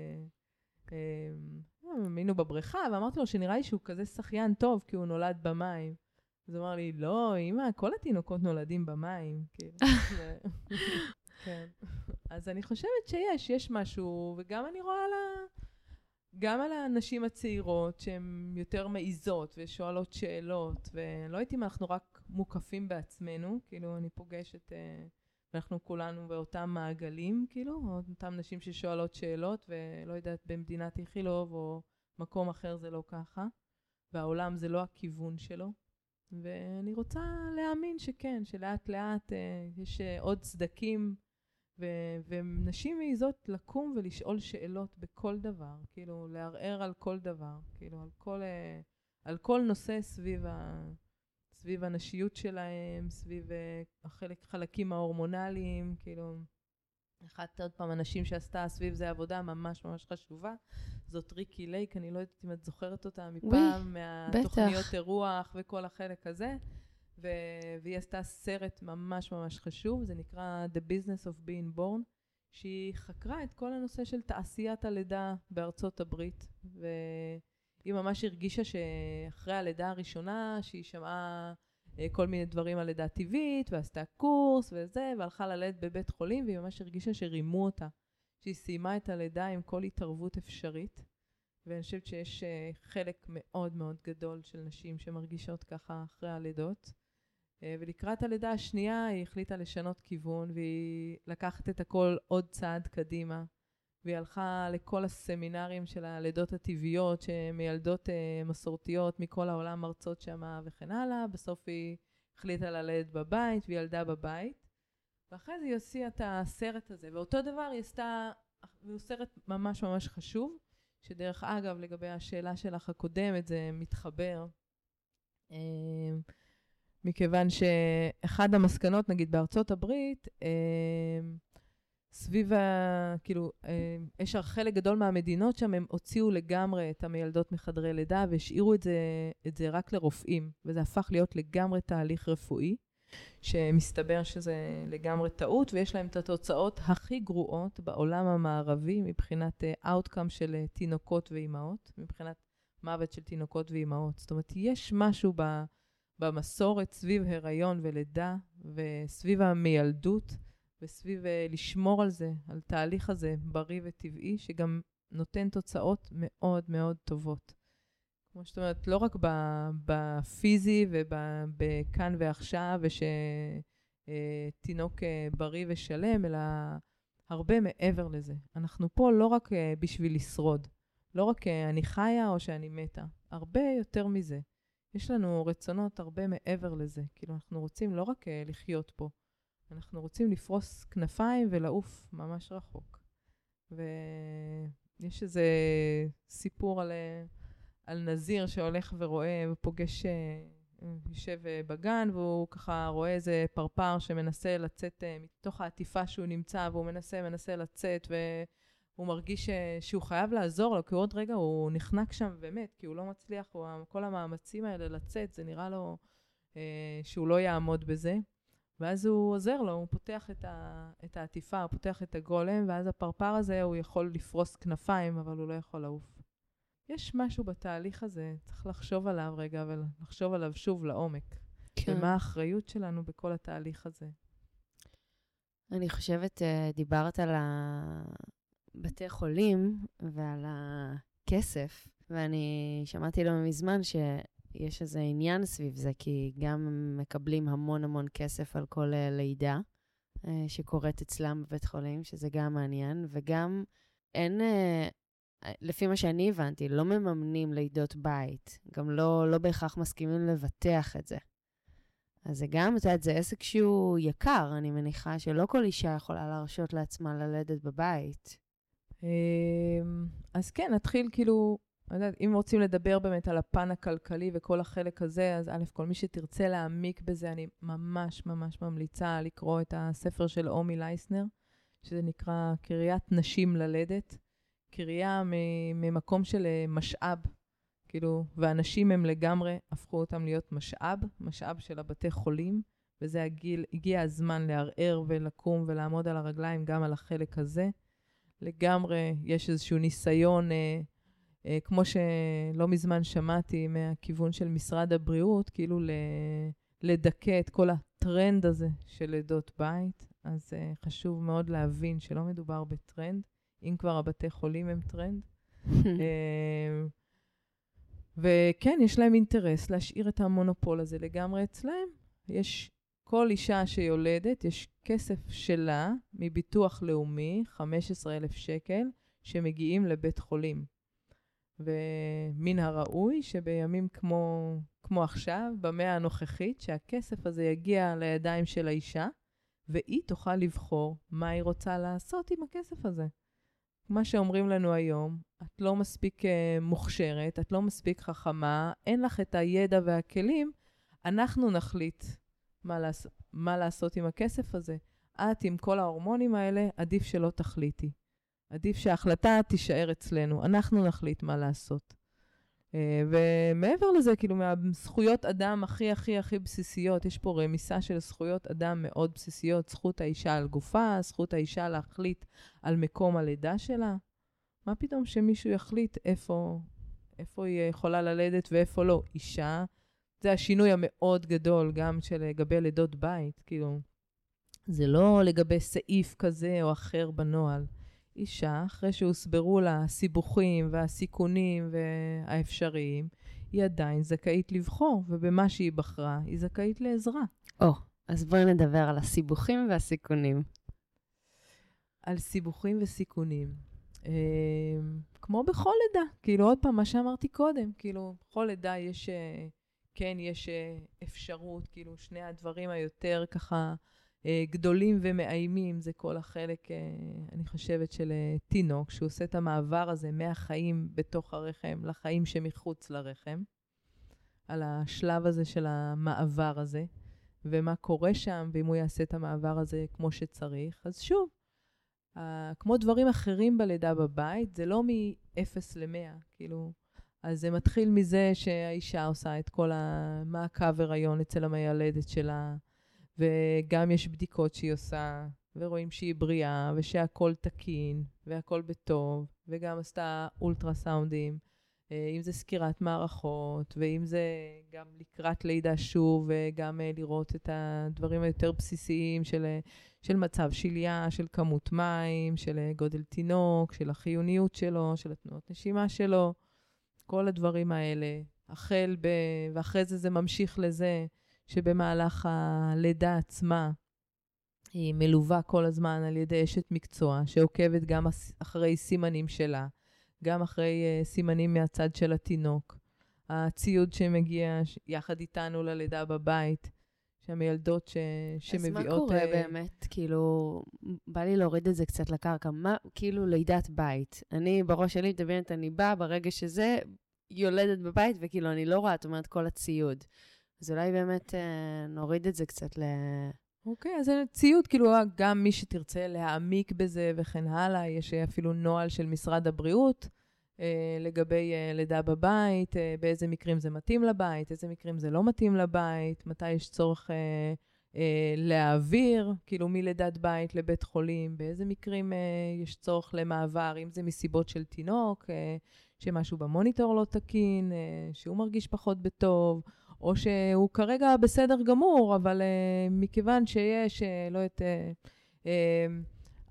היינו בבריכה, ואמרתי לו שנראה לי שהוא כזה שחיין טוב, כי הוא נולד במים. אז הוא אמר לי, לא, אמא, כל התינוקות נולדים במים. כן. אז אני חושבת שיש, יש משהו, וגם אני רואה על ה... גם על האנשים הצעירות שהן יותר מעיזות ושואלות שאלות, ולא יודעת אם אנחנו רק מוקפים בעצמנו, כאילו אני פוגשת, אנחנו כולנו באותם מעגלים, כאילו, אותם נשים ששואלות שאלות, ולא יודעת, במדינת איכילוב או מקום אחר זה לא ככה, והעולם זה לא הכיוון שלו, ואני רוצה להאמין שכן, שלאט לאט יש עוד צדקים, ו- ונשים מעיזות לקום ולשאול שאלות בכל דבר, כאילו לערער על כל דבר, כאילו על כל, על כל נושא סביב, ה- סביב הנשיות שלהם, סביב החלק, חלקים ההורמונליים, כאילו אחת עוד פעם אנשים שעשתה סביב זה עבודה ממש ממש חשובה, זאת ריקי לייק, אני לא יודעת אם את זוכרת אותה מפעם, מהתוכניות אירוח וכל החלק הזה, ו- והיא עשתה סרט ממש ממש חשוב, זה נקרא The Business of Being Born, שהיא חקרה את כל הנושא של תעשיית הלידה בארצות הברית, והיא ממש הרגישה שאחרי הלידה הראשונה, שהיא שמעה כל מיני דברים על לידה טבעית, ועשתה קורס וזה, והלכה ללדת בבית חולים, והיא ממש הרגישה שרימו אותה, שהיא סיימה את הלידה עם כל התערבות אפשרית, ואני חושבת שיש חלק מאוד מאוד גדול של נשים שמרגישות ככה אחרי הלידות, ולקראת הלידה השנייה היא החליטה לשנות כיוון, והיא לקחת את הכל עוד צעד קדימה, והיא הלכה לכל הסמינרים של הלידות הטבעיות, שמילדות מסורתיות מכל העולם מרצות שמה וכן הלאה, בסוף היא החליטה ללדת בבית, והיא ילדה בבית, ואחרי זה היא עושה את הסרט הזה, ואותו דבר היא עשתה, הוא סרט ממש ממש חשוב, שדרך אגב לגבי השאלה שלך הקודמת זה מתחבר, מכיוון שאחד המסקנות, נגיד בארצות הברית, סביב ה... כאילו, יש חלק גדול מהמדינות שם, הם הוציאו לגמרי את המילדות מחדרי לידה, והשאירו את זה, את זה רק לרופאים, וזה הפך להיות לגמרי תהליך רפואי, שמסתבר שזה לגמרי טעות, ויש להם את התוצאות הכי גרועות בעולם המערבי, מבחינת outcome של תינוקות ואימהות, מבחינת מוות של תינוקות ואימהות. זאת אומרת, יש משהו ב... במסורת סביב הריון ולידה, וסביב המילדות, וסביב לשמור על זה, על תהליך הזה בריא וטבעי, שגם נותן תוצאות מאוד מאוד טובות. כמו שאת אומרת, לא רק בפיזי ובכאן ועכשיו, ושתינוק בריא ושלם, אלא הרבה מעבר לזה. אנחנו פה לא רק בשביל לשרוד, לא רק אני חיה או שאני מתה, הרבה יותר מזה. יש לנו רצונות הרבה מעבר לזה, כאילו אנחנו רוצים לא רק לחיות פה, אנחנו רוצים לפרוס כנפיים ולעוף ממש רחוק. ויש איזה סיפור על, על נזיר שהולך ורואה ופוגש, יושב בגן, והוא ככה רואה איזה פרפר שמנסה לצאת מתוך העטיפה שהוא נמצא, והוא מנסה, מנסה לצאת, והוא מרגיש שהוא חייב לעזור לו, כי עוד רגע הוא נחנק שם ומת, כי הוא לא מצליח, הוא, כל המאמצים האלה לצאת, זה נראה לו שהוא לא יעמוד בזה. ואז הוא עוזר לו, הוא פותח את, ה, את העטיפה, הוא פותח את הגולם, ואז הפרפר הזה הוא יכול לפרוס כנפיים, אבל הוא לא יכול לעוף. יש משהו בתהליך הזה, צריך לחשוב עליו רגע, ולחשוב עליו שוב לעומק. כן. ומה האחריות שלנו בכל התהליך הזה. אני חושבת, דיברת על בתי חולים ועל הכסף, ואני שמעתי לא מזמן שיש איזה עניין סביב זה, כי גם מקבלים המון המון כסף על כל לידה שקורית אצלם בבית חולים, שזה גם מעניין, וגם אין, לפי מה שאני הבנתי, לא מממנים לידות בית, גם לא, לא בהכרח מסכימים לבטח את זה. אז זה גם, את יודעת, זה עסק שהוא יקר, אני מניחה שלא כל אישה יכולה להרשות לעצמה ללדת בבית. אז כן, נתחיל כאילו, אם רוצים לדבר באמת על הפן הכלכלי וכל החלק הזה, אז א', כל מי שתרצה להעמיק בזה, אני ממש ממש ממליצה לקרוא את הספר של עומי לייסנר, שזה נקרא קריית נשים ללדת, קרייה ממקום של משאב, כאילו, ואנשים הם לגמרי הפכו אותם להיות משאב, משאב של הבתי חולים, וזה הגיל, הגיע הזמן לערער ולקום ולעמוד על הרגליים גם על החלק הזה. לגמרי יש איזשהו ניסיון, אה, אה, כמו שלא מזמן שמעתי מהכיוון של משרד הבריאות, כאילו ל, לדכא את כל הטרנד הזה של לידות בית, אז אה, חשוב מאוד להבין שלא מדובר בטרנד, אם כבר הבתי חולים הם טרנד. אה, וכן, יש להם אינטרס להשאיר את המונופול הזה לגמרי אצלהם. יש כל אישה שיולדת, יש כסף שלה מביטוח לאומי, חמישה עשר אלף שקל, שמגיעים לבית חולים. ומן הראוי שבימים כמו, כמו עכשיו, במאה הנוכחית, שהכסף הזה יגיע לידיים של האישה, והיא תוכל לבחור מה היא רוצה לעשות עם הכסף הזה. מה שאומרים לנו היום, את לא מספיק uh, מוכשרת, את לא מספיק חכמה, אין לך את הידע והכלים, אנחנו נחליט מה, לעש... מה לעשות עם הכסף הזה. את עם כל ההורמונים האלה, עדיף שלא תחליטי. עדיף שההחלטה תישאר אצלנו, אנחנו נחליט מה לעשות. Uh, ומעבר לזה, כאילו מהזכויות אדם הכי הכי הכי בסיסיות, יש פה רמיסה של זכויות אדם מאוד בסיסיות, זכות האישה על גופה, זכות האישה להחליט על מקום הלידה שלה. מה פתאום שמישהו יחליט איפה, איפה היא יכולה ללדת ואיפה לא? אישה, זה השינוי המאוד גדול גם של לגבי לידות בית, כאילו, זה לא לגבי סעיף כזה או אחר בנוהל. אישה, אחרי שהוסברו לה הסיבוכים והסיכונים והאפשריים, היא עדיין זכאית לבחור, ובמה שהיא בחרה, היא זכאית לעזרה. או, אז בואי נדבר על הסיבוכים והסיכונים. על סיבוכים וסיכונים. אה, כמו בכל לידה, כאילו עוד פעם, מה שאמרתי קודם, כאילו, בכל לידה יש, כן, יש אפשרות, כאילו, שני הדברים היותר ככה, גדולים ומאיימים, זה כל החלק, אני חושבת, של תינוק, שהוא עושה את המעבר הזה מהחיים בתוך הרחם לחיים שמחוץ לרחם, על השלב הזה של המעבר הזה, ומה קורה שם, ואם הוא יעשה את המעבר הזה כמו שצריך. אז שוב, כמו דברים אחרים בלידה בבית, זה לא מ-אפס ל-מאה, כאילו, אז זה מתחיל מזה שהאישה עושה את כל המעקב הריון אצל המיילדת שלה, וגם יש בדיקות שהיא עושה, ורואים שהיא בריאה, ושהכל תקין, והכל בטוב, וגם עשתה אולטרסאונדים, אם זה סקירת מערכות, ואם זה גם לקראת לידה שוב, וגם לראות את הדברים היותר בסיסיים של, של מצב שליה, של כמות מים, של גודל תינוק, של החיוניות שלו, של התנועות נשימה שלו, כל הדברים האלה, החל ב... ואחרי זה זה ממשיך לזה, שבמהלך הלידה עצמה היא מלווה כל הזמן על ידי אשת מקצוע, שעוקבת גם אחרי סימנים שלה, גם אחרי uh, סימנים מהצד של התינוק. הציוד שמגיע יחד איתנו ללידה בבית, שהמיילדות ש... שמביאות... אז מה קורה uh... באמת? כאילו, בא לי להוריד את זה קצת לקרקע. מה, כאילו, לידת בית. אני בראש שלי מדברת, אני באה ברגע שזה יולדת בבית, וכאילו, אני לא רואה, את אומרת, כל הציוד. אז אולי באמת אה, נוריד את זה קצת ל... אוקיי, אז זה ציוד, כאילו גם מי שתרצה להעמיק בזה וכן הלאה, יש אפילו נוהל של משרד הבריאות אה, לגבי אה, לידה בבית, אה, באיזה מקרים זה מתאים לבית, איזה מקרים זה לא מתאים לבית, מתי יש צורך אה, אה, להעביר, כאילו מלידת בית לבית חולים, באיזה מקרים אה, יש צורך למעבר, אם זה מסיבות של תינוק, אה, שמשהו במוניטור לא תקין, אה, שהוא מרגיש פחות בטוב, או שהוא כרגע בסדר גמור, אבל uh, מכיוון שיש, uh, לא את, uh, uh,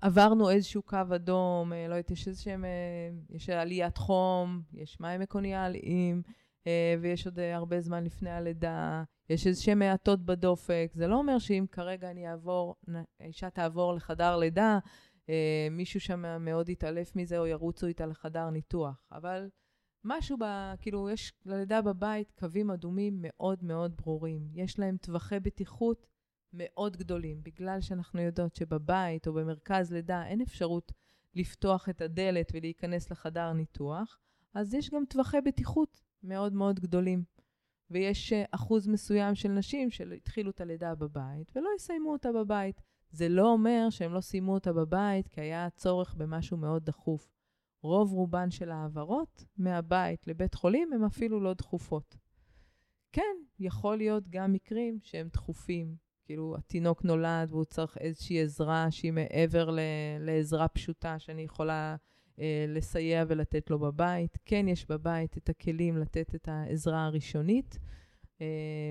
עברנו איזשהו קו אדום, לא יודעת, יש איזשהם, יש עליית חום, יש מים מקוניאליים, ויש עוד הרבה זמן לפני הלידה, יש איזשהם מעטות בדופק. זה לא אומר שאם כרגע אני אעבור, האישה תעבור לחדר לידה, מישהו שם מאוד יתעלף מזה או ירוצו איתה לחדר ניתוח. אבל משהו, ב, כאילו, יש ללידה בבית קווים אדומים מאוד מאוד ברורים. יש להם טווחי בטיחות מאוד גדולים, בגלל שאנחנו יודעות שבבית או במרכז לידה אין אפשרות לפתוח את הדלת ולהיכנס לחדר ניתוח, אז יש גם טווחי בטיחות מאוד מאוד גדולים. ויש אחוז מסוים של נשים שהתחילו את הלידה בבית ולא יסיימו אותה בבית. זה לא אומר שהם לא סיימו אותה בבית כי היה צורך במשהו מאוד דחוף. רוב רובן של העברות מהבית לבית חולים הם אפילו לא דחופות. כן, יכול להיות גם מקרים שהם דחופים. כאילו, התינוק נולד והוא צריך איזושהי עזרה שהיא מעבר ל- לעזרה פשוטה שאני יכולה אה, לסייע ולתת לו בבית. כן, יש בבית את הכלים לתת את העזרה הראשונית, אה,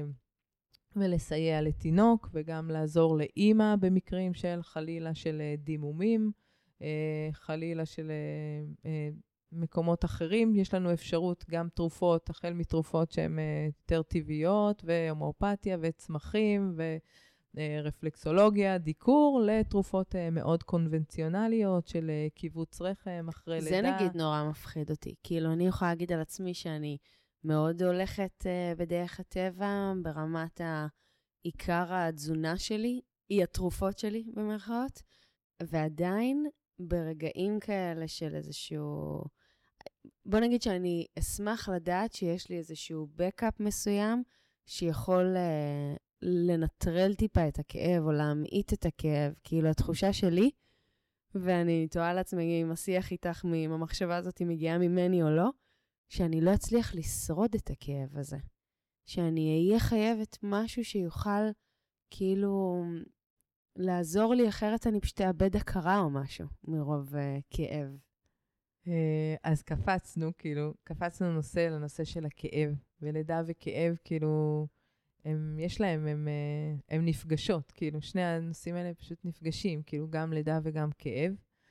ולסייע לתינוק, וגם לעזור לאמא במקרים של חלילה של דימומים, אה, חלילה של אה, אה, מקומות אחרים. יש לנו אפשרות גם תרופות, החל מתרופות שהן אה, יותר טבעיות, והומאופתיה וצמחים, ורפלקסולוגיה, דיקור, לתרופות אה, מאוד קונבנציונליות של אה, קיבוץ רחם אחרי זה לידה. נגיד נורא מפחיד אותי. כאילו, אני יכולה להגיד על עצמי שאני מאוד הולכת uh, בדרך הטבע, ברמת העיקר התזונה שלי, היא התרופות שלי במרכאות, ועדיין ברגעים כאלה של איזשהו... בוא נגיד שאני אשמח לדעת שיש לי איזשהו בקאפ מסוים, שיכול uh, לנטרל טיפה את הכאב, או להמעיט את הכאב, כאילו התחושה שלי, ואני תוהה לעצמי אם השיח איתך, אם המחשבה הזאת מגיעה ממני או לא, שאני לא אצליח לשרוד את הכאב הזה. שאני אהיה חייבת משהו שיוכל כאילו לעזור לי, אחרת אני פשוט אאבד הכרה או משהו מרוב uh, כאב. אז קפצנו, כאילו, קפצנו נושא לנושא של הכאב, ולידה וכאב, כאילו, הם, יש להם, הם, הם נפגשות, כאילו, שני הנושאים האלה פשוט נפגשים, כאילו, גם לידה וגם כאב.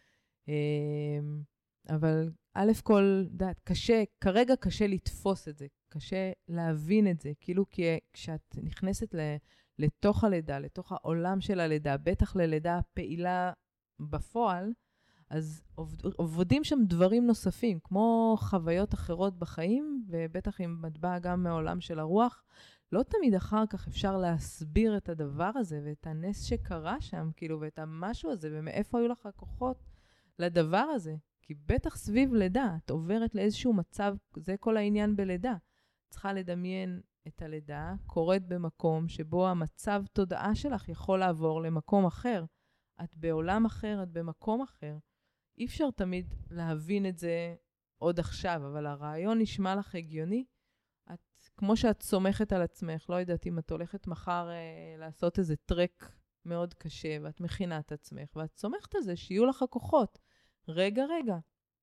אבל א' כל, דעת, קשה, כרגע קשה לתפוס את זה, קשה להבין את זה, כאילו, כי כשאת נכנסת ל, לתוך הלידה, לתוך העולם של הלידה, בטח ללידה פעילה בפועל, אז עובדים שם דברים נוספים, כמו חוויות אחרות בחיים, ובטח אם את באה גם מהעולם של הרוח, לא תמיד אחר כך אפשר להסביר את הדבר הזה, ואת הנס שקרה שם, כאילו, ואת המשהו הזה, ומאיפה היו לך הכוחות לדבר הזה. כי בטח סביב לידה, את עוברת לאיזשהו מצב, זה כל העניין בלידה. צריכה לדמיין את הלידה, קורית במקום שבו המצב תודעה שלך יכול לעבור למקום אחר. את בעולם אחר, את במקום אחר. אי אפשר תמיד להבין את זה עוד עכשיו, אבל הרעיון נשמע לך הגיוני. את, כמו שאת סומכת על עצמך, לא יודעת אם את הולכת מחר אה, לעשות איזה טרק מאוד קשה, ואת מכינה את עצמך, ואת סומכת על זה שיהיו לך כוחות. רגע, רגע,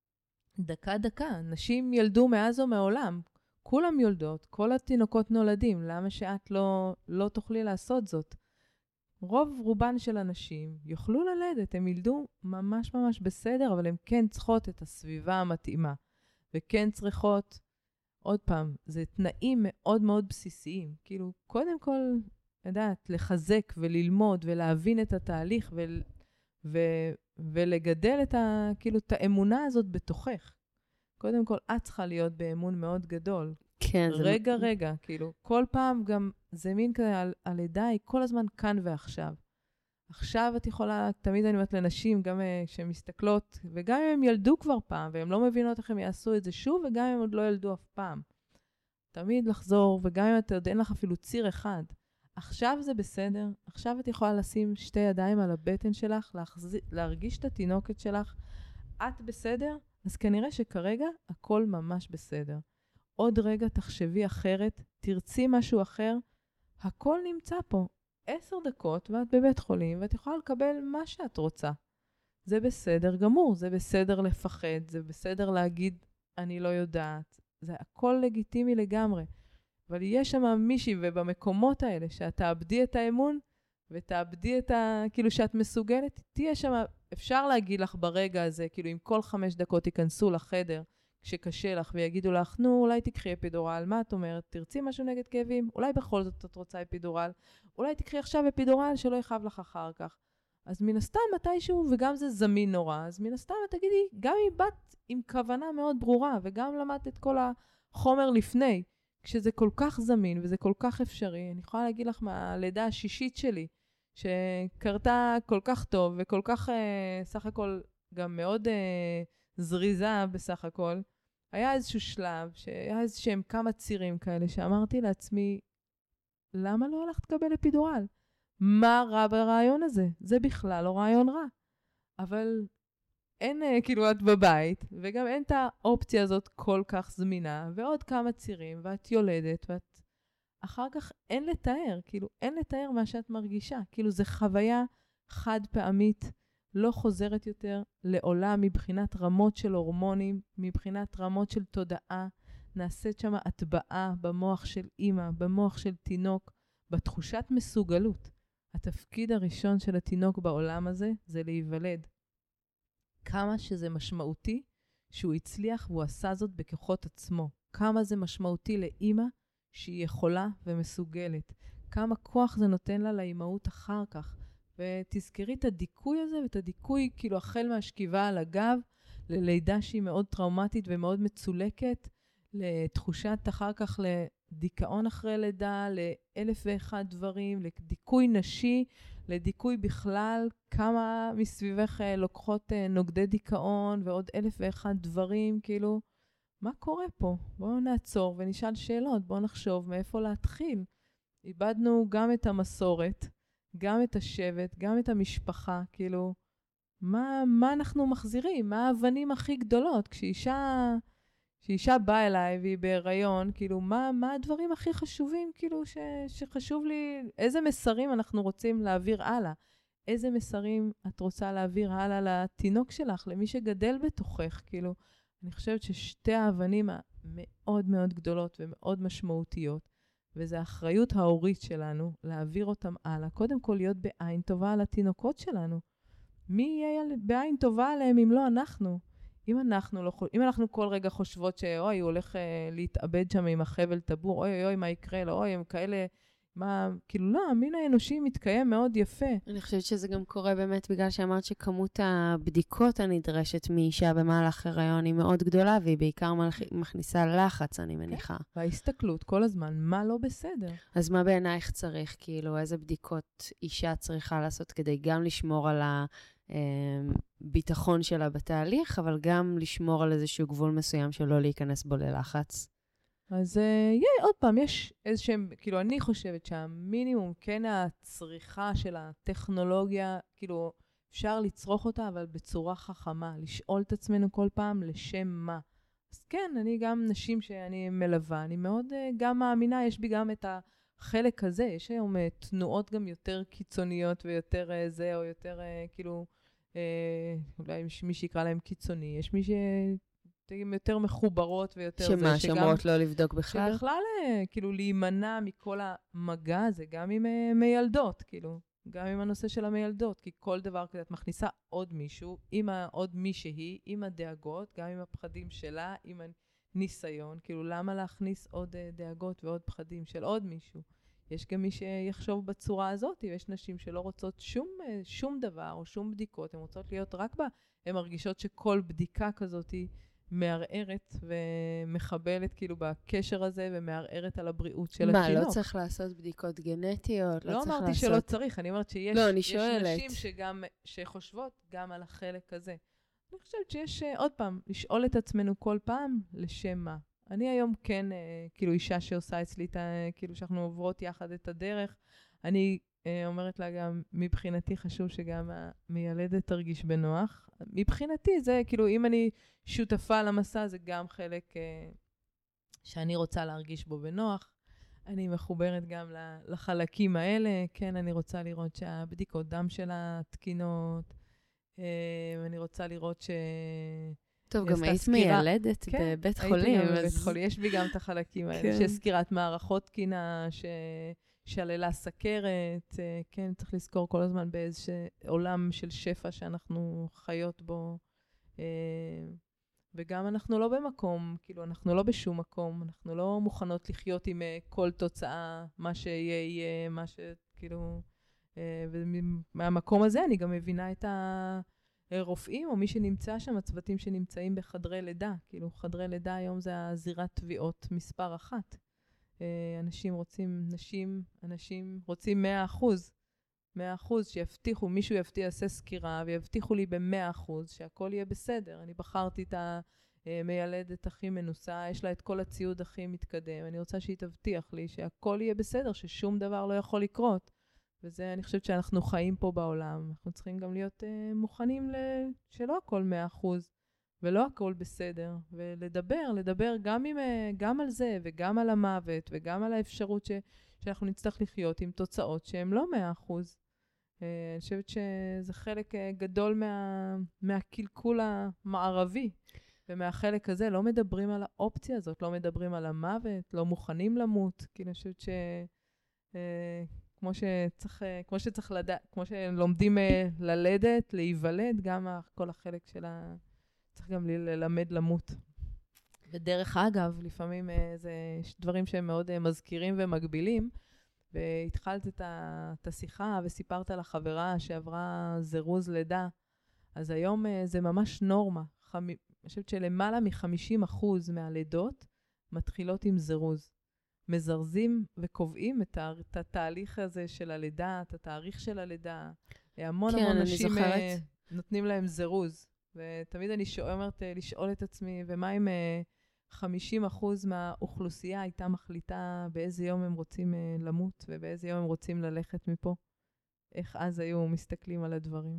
דקה, דקה, נשים ילדו מאז או מעולם. כולם יולדות, כל התינוקות נולדים. למה שאת לא, לא תוכלי לעשות זאת? רוב רובן של אנשים יוכלו ללדת, הם ילדו ממש ממש בסדר, אבל הם כן צריכות את הסביבה המתאימה. וכן צריכות, עוד פעם, זה תנאים מאוד מאוד בסיסיים. כאילו, קודם כל, יודעת, לחזק וללמוד ולהבין את התהליך ו, ו, ולגדל את, ה, כאילו, את האמונה הזאת בתוכך. קודם כל, את צריכה להיות באמון מאוד גדול. כן. רגע, זה... רגע, כאילו, כל פעם גם זה מין כזה, על, הלידה היא כל הזמן כאן ועכשיו. עכשיו את יכולה, תמיד אני אומרת לנשים, גם כשהן מסתכלות, וגם אם הם ילדו כבר פעם, והן לא מבינות איך הם יעשו את זה שוב, וגם אם עוד לא ילדו אף פעם. תמיד לחזור, וגם אם אתה יודע, אין לך אפילו ציר אחד. עכשיו זה בסדר, עכשיו את יכולה לשים שתי ידיים על הבטן שלך, להחז... להרגיש את התינוקת שלך, את בסדר? אז כנראה שכרגע הכל ממש בסדר. עוד רגע תחשבי אחרת, תרצי משהו אחר, הכל נמצא פה. עשר דקות ואת בבית חולים, ואת יכולה לקבל מה שאת רוצה. זה בסדר גמור, זה בסדר לפחד, זה בסדר להגיד, אני לא יודעת. זה הכל לגיטימי לגמרי. אבל יש שם מישהי, ובמקומות האלה, שאת תאבדי את האמון, ותאבדי את ה... כאילו שאת מסוגלת, תהיה שם, אפשר להגיד לך ברגע הזה, כאילו אם כל חמש דקות ייכנסו לחדר, כשקשה לך ויגידו לך, נו, אולי תקחי אפידורל, מה את אומרת? תרצי משהו נגד כאבים? אולי בכל זאת את רוצה אפידורל? אולי תקחי עכשיו אפידורל שלא יכאב לך אחר כך. אז מן הסתם מתישהו, וגם זה זמין נורא, אז מן הסתם תגידי, גם אם באת עם כוונה מאוד ברורה, וגם למדת את כל החומר לפני, כשזה כל כך זמין וזה כל כך אפשרי, אני יכולה להגיד לך מהלידה השישית שלי, שקרתה כל כך טוב, וכל כך, אה, סך הכל, גם מאוד אה, זריזה בסך הכל, היה איזשהו שלב, שהיה איזשהם כמה צירים כאלה, שאמרתי לעצמי, למה לא הלכת לקבל אפידורל? מה רע ברעיון הזה? זה בכלל לא רעיון רע. אבל אין, אה, כאילו, את בבית, וגם אין את האופציה הזאת כל כך זמינה, ועוד כמה צירים, ואת יולדת, ואת אחר כך אין לתאר, כאילו, אין לתאר מה שאת מרגישה. כאילו, זו חוויה חד פעמית, לא חוזרת יותר לעולם מבחינת רמות של הורמונים, מבחינת רמות של תודעה, נעשית שם הטבעה במוח של אימא, במוח של תינוק, בתחושת מסוגלות. התפקיד הראשון של התינוק בעולם הזה זה להיוולד. כמה שזה משמעותי שהוא הצליח והוא עשה זאת בכוחות עצמו. כמה זה משמעותי לאימא שהיא יכולה ומסוגלת. כמה כוח זה נותן לה לאימהות אחר כך. ותזכרי את הדיכוי הזה, ואת הדיכוי כאילו החל מהשכיבה על הגב, ללידה שהיא מאוד טראומטית ומאוד מצולקת, לתחושת אחר כך לדיכאון אחרי לידה, לאלף ואחד דברים, לדיכוי נשי, לדיכוי בכלל, כמה מסביבך לוקחות נוגדי דיכאון ועוד אלף ואחד דברים, כאילו, מה קורה פה? בואו נעצור ונשאל שאלות, בואו נחשוב מאיפה להתחיל. איבדנו גם את המסורת, גם את השבט, גם את המשפחה, כאילו, מה, מה אנחנו מחזירים? מה האבנים הכי גדולות? כשאישה, כשאישה באה אליי והיא בהיריון, כאילו, מה, מה הדברים הכי חשובים, כאילו, ש, שחשוב לי, איזה מסרים אנחנו רוצים להעביר הלאה? איזה מסרים את רוצה להעביר הלאה לתינוק שלך, למי שגדל בתוכך, כאילו, אני חושבת ששתי האבנים המאוד מאוד גדולות ומאוד משמעותיות, וזו האחריות ההורית שלנו להעביר אותם הלאה. קודם כל להיות בעין טובה על התינוקות שלנו. מי יהיה בעין טובה עליהם אם לא אנחנו? אם אנחנו, לא, אם אנחנו כל רגע חושבות שאוי, הוא הולך אה, להתאבד שם עם החבל טבור, אוי אוי אוי, מה יקרה לו, אוי, הם כאלה, מה, כאילו לא, המין האנושי מתקיים מאוד יפה. אני חושבת שזה גם קורה באמת בגלל שאמרת שכמות הבדיקות הנדרשת מאישה במהלך הריון היא מאוד גדולה, והיא בעיקר מכניסה לחץ, אני מניחה. כן. וההסתכלות כל הזמן, מה לא בסדר? אז מה בעינייך צריך, כאילו, איזה בדיקות אישה צריכה לעשות כדי גם לשמור על הביטחון שלה בתהליך, אבל גם לשמור על איזשהו גבול מסוים שלא להיכנס בו ללחץ? אז יהיה, עוד פעם, יש איזשהם, כאילו, אני חושבת שהמינימום, כן הצריכה של הטכנולוגיה, כאילו, אפשר לצרוך אותה, אבל בצורה חכמה, לשאול את עצמנו כל פעם לשם מה. אז כן, אני גם נשים שאני מלווה, אני מאוד גם מאמינה, יש בי גם את החלק הזה, יש היום תנועות גם יותר קיצוניות ויותר זה, או יותר, כאילו, אולי מי שיקרא להם קיצוני, יש מי ש... יותר מחוברות ויותר שמה, זה. שמה, שאומרות לא לבדוק בכלל? שבכלל, כאילו, להימנע מכל המגע הזה, גם עם uh, מיילדות, כאילו, גם עם הנושא של המיילדות, כי כל דבר כזה, את מכניסה עוד מישהו, עם עוד מישהי, עם הדאגות, גם עם הפחדים שלה, עם הניסיון, כאילו, למה להכניס עוד uh, דאגות ועוד פחדים של עוד מישהו? יש גם מי שיחשוב בצורה הזאת, ויש נשים שלא רוצות שום, uh, שום דבר או שום בדיקות, הן רוצות להיות רק בה, הן מרגישות שכל בדיקה כזאת היא, מערערת ומחבלת כאילו בקשר הזה, ומערערת על הבריאות של מה, התינוק. לא צריך לעשות בדיקות גנטיות? לא, לא אמרתי לעשות... שלא צריך, אני אומרת שיש לא, אני יש נשים שגם, שחושבות גם על החלק הזה. אני חושבת שיש, עוד פעם, לשאול את עצמנו כל פעם לשם מה. אני היום כן, כאילו אישה שעושה אצלי, כאילו שאנחנו עוברות יחד את הדרך, אני אומרת לה גם, מבחינתי חשוב שגם המיילדת תרגיש בנוח. מבחינתי זה, כאילו, אם אני שותפה למסע, זה גם חלק uh, שאני רוצה להרגיש בו בנוח. אני מחוברת גם לחלקים האלה. כן, אני רוצה לראות שהבדיקות דם שלה תקינות. Uh, אני רוצה לראות ש... טוב, גם היית מיילדת כן, בבית חולים. הייתי גם בבית חולים. יש בי גם את החלקים האלה. כן. שסקירת מערכות תקינה, ש... שללה סכרת, כן, צריך לזכור כל הזמן באיזה עולם של שפע שאנחנו חיות בו, וגם אנחנו לא במקום, כאילו אנחנו לא בשום מקום, אנחנו לא מוכנות לחיות עם כל תוצאה, מה שיהיה יהיה, מה שכאילו, ומהמקום הזה אני גם מבינה את הרופאים, או מי שנמצא שם, הצוותים שנמצאים בחדרי לידה, כאילו חדרי לידה היום זה הזירת תביעות מספר אחת. אנשים רוצים, נשים, אנשים רוצים מאה אחוז, מאה אחוז שיבטיחו, מישהו יבטיח, יעשה סקירה, ויבטיחו לי במאה אחוז שהכל יהיה בסדר. אני בחרתי את המיילדת הכי מנוסה, יש לה את כל הציוד הכי מתקדם, אני רוצה שהיא תבטיח לי שהכל יהיה בסדר, ששום דבר לא יכול לקרות. וזה, אני חושבת שאנחנו חיים פה בעולם, אנחנו צריכים גם להיות uh, מוכנים ל... שלא הכל מאה אחוז, ולא הכל בסדר, ולדבר, לדבר גם, עם, גם על זה, וגם על המוות, וגם על האפשרות ש, שאנחנו נצטרך לחיות עם תוצאות שהן לא מאה אחוז. Uh, אני חושבת שזה חלק uh, גדול מה, מהקלקול המערבי, ומהחלק הזה לא מדברים על האופציה הזאת, לא מדברים על המוות, לא מוכנים למות, כי אני חושבת ש... Uh, כמו שצריך, כמו שצריך לדעת, כמו שלומדים ללדת, להיוולד, גם כל החלק של ה... צריך גם ללמד למות. בדרך אגב, לפעמים זה דברים שהם מאוד מזכירים ומגבילים, והתחלת את השיחה וסיפרת לחברה שעברה זירוז לידה, אז היום זה ממש נורמה. אני חושבת שלמעלה מ-חמישים אחוז מהלידות מתחילות עם זירוז. מזרזים וקובעים את, ה- את התהליך הזה של הלידה, את התאריך של הלידה. המון כן, המון אני נשים זוכרת. נותנים להם זירוז. ותמיד אני אומרת לשאול את עצמי, ומה אם חמישים אחוז מהאוכלוסייה הייתה מחליטה באיזה יום הם רוצים למות, ובאיזה יום הם רוצים ללכת מפה? איך אז היו מסתכלים על הדברים?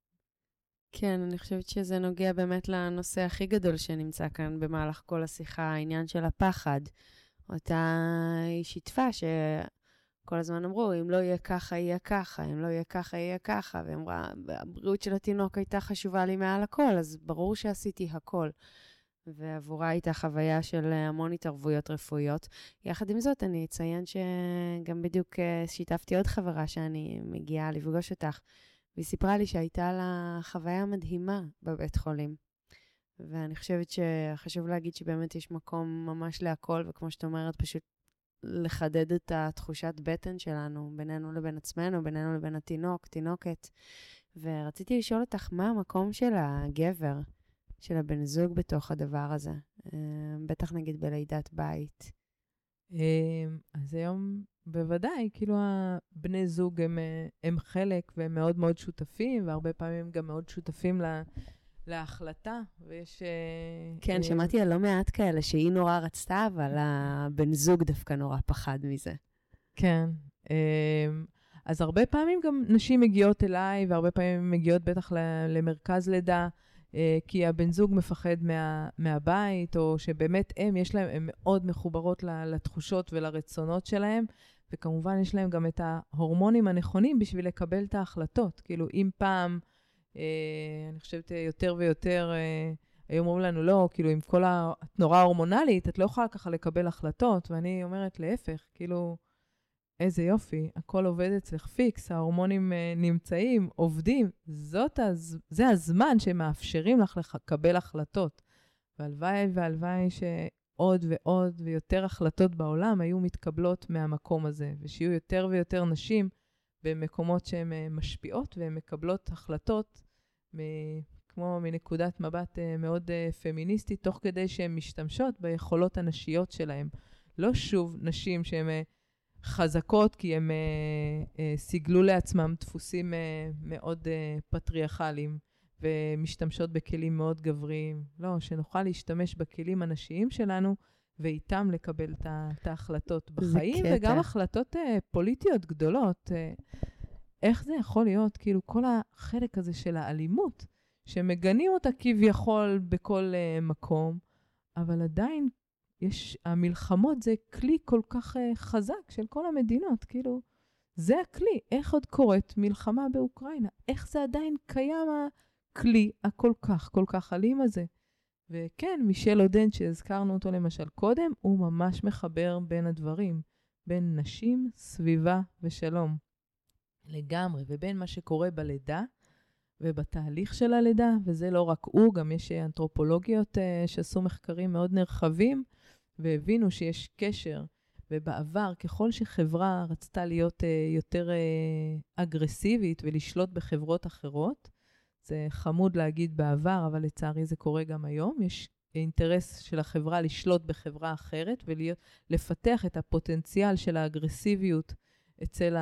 כן, אני חושבת שזה נוגע באמת לנושא הכי גדול שנמצא כאן במהלך כל השיחה, העניין של הפחד. אותה היא שיתפה שכל הזמן אמרו, אם לא יהיה ככה, יהיה ככה, אם לא יהיה ככה, יהיה ככה, ואמרה, הבריאות של התינוק הייתה חשובה לי מעל הכל, אז ברור שעשיתי הכל. ועבורה הייתה חוויה של המון התערבויות רפואיות. יחד עם זאת, אני אציין שגם בדיוק שיתפתי עוד חברה שאני מגיעה לפגוש אותך, והיא סיפרה לי שהייתה לה חוויה מדהימה בבית חולים. ואני חושבת שחשוב להגיד שבאמת יש מקום ממש להכל, וכמו שאת אומרת, פשוט לחדד את התחושת בטן שלנו, בינינו לבין עצמנו, בינינו לבין התינוק, תינוקת. ורציתי לשאול אותך, מה המקום של הגבר, של הבן זוג בתוך הדבר הזה? בטח נגיד בלידת בית. אז היום בוודאי, כאילו הבני זוג הם, הם חלק, והם מאוד מאוד שותפים, והרבה פעמים גם מאוד שותפים ל... להחלטה, ויש... כן, שמעתי על לא מעט כאלה שהיא נורא רצתה, אבל הבן זוג דווקא נורא פחד מזה. כן. אז הרבה פעמים גם נשים מגיעות אליי, והרבה פעמים מגיעות בטח למרכז לידה, כי הבן זוג מפחד מה, מהבית, או שבאמת הם, יש להם, הם מאוד מחוברות לתחושות ולרצונות שלהם, וכמובן יש להם גם את ההורמונים הנכונים בשביל לקבל את ההחלטות. כאילו, אם פעם... Uh, אני חושבת יותר ויותר, uh, היום אומרים לנו לא, כאילו עם כל התנורה ההורמונלית, את לא יכולה ככה לקבל החלטות, ואני אומרת להפך, כאילו, איזה יופי, הכל עובד אצלך פיקס, ההורמונים uh, נמצאים, עובדים, זאת הז... זה הזמן שמאפשרים לך לקבל החלטות. והלוואי והלוואי שעוד ועוד ויותר החלטות בעולם היו מתקבלות מהמקום הזה, ושיהיו יותר ויותר נשים, במקומות שהן משפיעות והן מקבלות החלטות מ- כמו מנקודת מבט מאוד פמיניסטית, תוך כדי שהן משתמשות ביכולות הנשיות שלהן. לא שוב נשים שהן חזקות כי הן סיגלו לעצמם דפוסים מאוד פטריארכליים ומשתמשות בכלים מאוד גבריים. לא, שנוכל להשתמש בכלים הנשיים שלנו ואיתם לקבל את ההחלטות בחיים, וגם החלטות פוליטיות גדולות. איך זה יכול להיות? כאילו כל החלק הזה של האלימות, שמגנים אותה כביכול בכל מקום, אבל עדיין יש, המלחמות זה כלי כל כך חזק של כל המדינות, כאילו, זה הכלי. איך עוד קורית מלחמה באוקראינה? איך זה עדיין קיים הכלי הכל כך, כל כך אלים הזה? וכן, מישל אודן שהזכרנו אותו למשל קודם, הוא ממש מחבר בין הדברים. בין נשים, סביבה ושלום. לגמרי, ובין מה שקורה בלידה ובתהליך של הלידה, וזה לא רק הוא, גם יש אנתרופולוגיות uh, שעשו מחקרים מאוד נרחבים, והבינו שיש קשר, ובעבר, ככל שחברה רצתה להיות uh, יותר uh, אגרסיבית ולשלוט בחברות אחרות, זה חמוד להגיד בעבר, אבל לצערי זה קורה גם היום, יש אינטרס של החברה לשלוט בחברה אחרת, ולפתח את הפוטנציאל של האגרסיביות אצל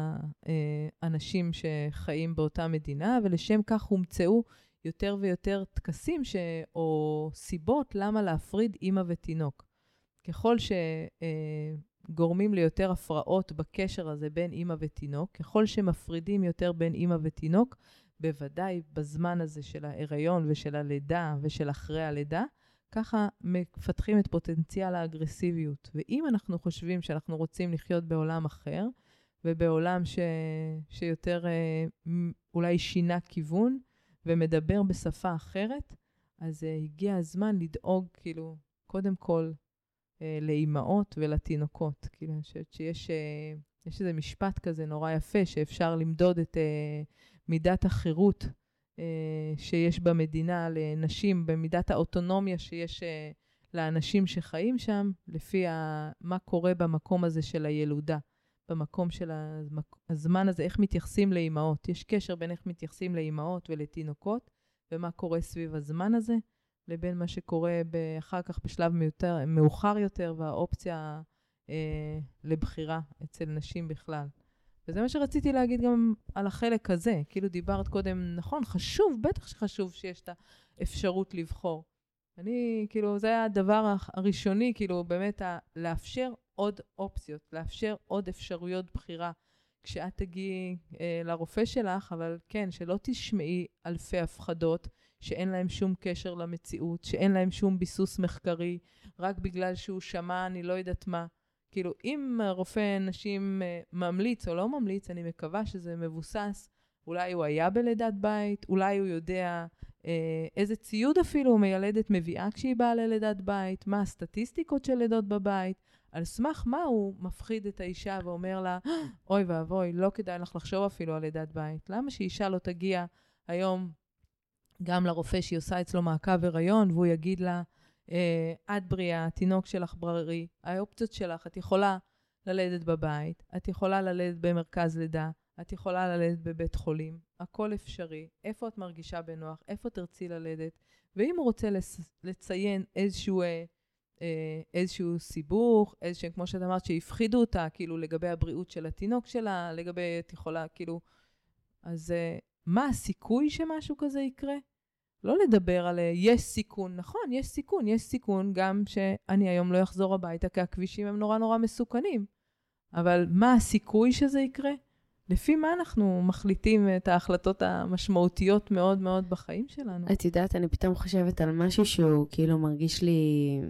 האנשים שחיים באותה מדינה, ולשם כך הומצאו יותר ויותר תקסים ש... או סיבות למה להפריד אמא ותינוק. ככל שגורמים ליותר הפרעות בקשר הזה בין אמא ותינוק, ככל שמפרידים יותר בין אמא ותינוק, בוודאי בזמן הזה של ההיריון ושל הלידה ושל אחרי הלידה, ככה מפתחים את פוטנציאל האגרסיביות. ואם אנחנו חושבים שאנחנו רוצים לחיות בעולם אחר, ובעולם ש... שיותר אולי שינה כיוון, ומדבר בשפה אחרת, אז הגיע הזמן לדאוג, כאילו, קודם כל, לאימהות ולתינוקות. כאילו, אני חושבת שיש יש איזה משפט כזה נורא יפה, שאפשר למדוד את מידת החירות שיש במדינה לנשים, במידת האוטונומיה שיש לאנשים שחיים שם, לפי מה קורה במקום הזה של הילודה, במקום של הזמן הזה, איך מתייחסים לאימהות. יש קשר בין איך מתייחסים לאימהות ולתינוקות, ומה קורה סביב הזמן הזה, לבין מה שקורה אחר כך בשלב מיותר, מאוחר יותר, והאופציה אה, לבחירה אצל נשים בכלל. וזה מה שרציתי להגיד גם על החלק הזה. כאילו דיברת קודם, נכון, חשוב, בטח שחשוב שיש את האפשרות לבחור. אני, כאילו, זה היה הדבר הראשוני, כאילו, באמת, ה- לאפשר עוד אופציות, לאפשר עוד אפשרויות בחירה, כשאת תגיעי אה, לרופא שלך, אבל כן, שלא תשמעי אלפי הפחדות, שאין להם שום קשר למציאות, שאין להם שום ביסוס מחקרי, רק בגלל שהוא שמע, אני לא יודעת מה. כאילו, אם רופא נשים ממליץ או לא ממליץ, אני מקווה שזה מבוסס. אולי הוא היה בלידת בית, אולי הוא יודע אה, איזה ציוד אפילו מיילדת מביאה כשהיא באה ללידת בית, מה הסטטיסטיקות של לידות בבית, על סמך מה הוא מפחיד את האישה ואומר לה, אוי ואבוי, לא כדאי לך לחשוב אפילו על לידת בית. למה שאישה לא תגיע היום גם לרופא שהיא עושה אצלו מעקב הריון, והוא יגיד לה, את בריאה, התינוק שלך בררי, האופציות שלך, את יכולה ללדת בבית, את יכולה ללדת במרכז לידה, את יכולה ללדת בבית חולים, הכל אפשרי, איפה את מרגישה בנוח, איפה תרצי ללדת, ואם הוא רוצה לציין איזשהו, איזשהו סיבוך, איזשהו, כמו שאת אמרת, שיפחידו אותה, כאילו לגבי הבריאות של התינוק שלה, לגבי, את יכולה, כאילו, אז מה הסיכוי שמשהו כזה יקרה? לא לדבר על יש סיכון, נכון, יש סיכון, יש סיכון גם שאני היום לא אחזור הביתה, כי הכבישים הם נורא נורא מסוכנים. אבל מה הסיכוי שזה יקרה? לפי מה אנחנו מחליטים את ההחלטות המשמעותיות מאוד מאוד בחיים שלנו? את יודעת, אני פתאום חושבת על משהו שהוא כאילו מרגיש לי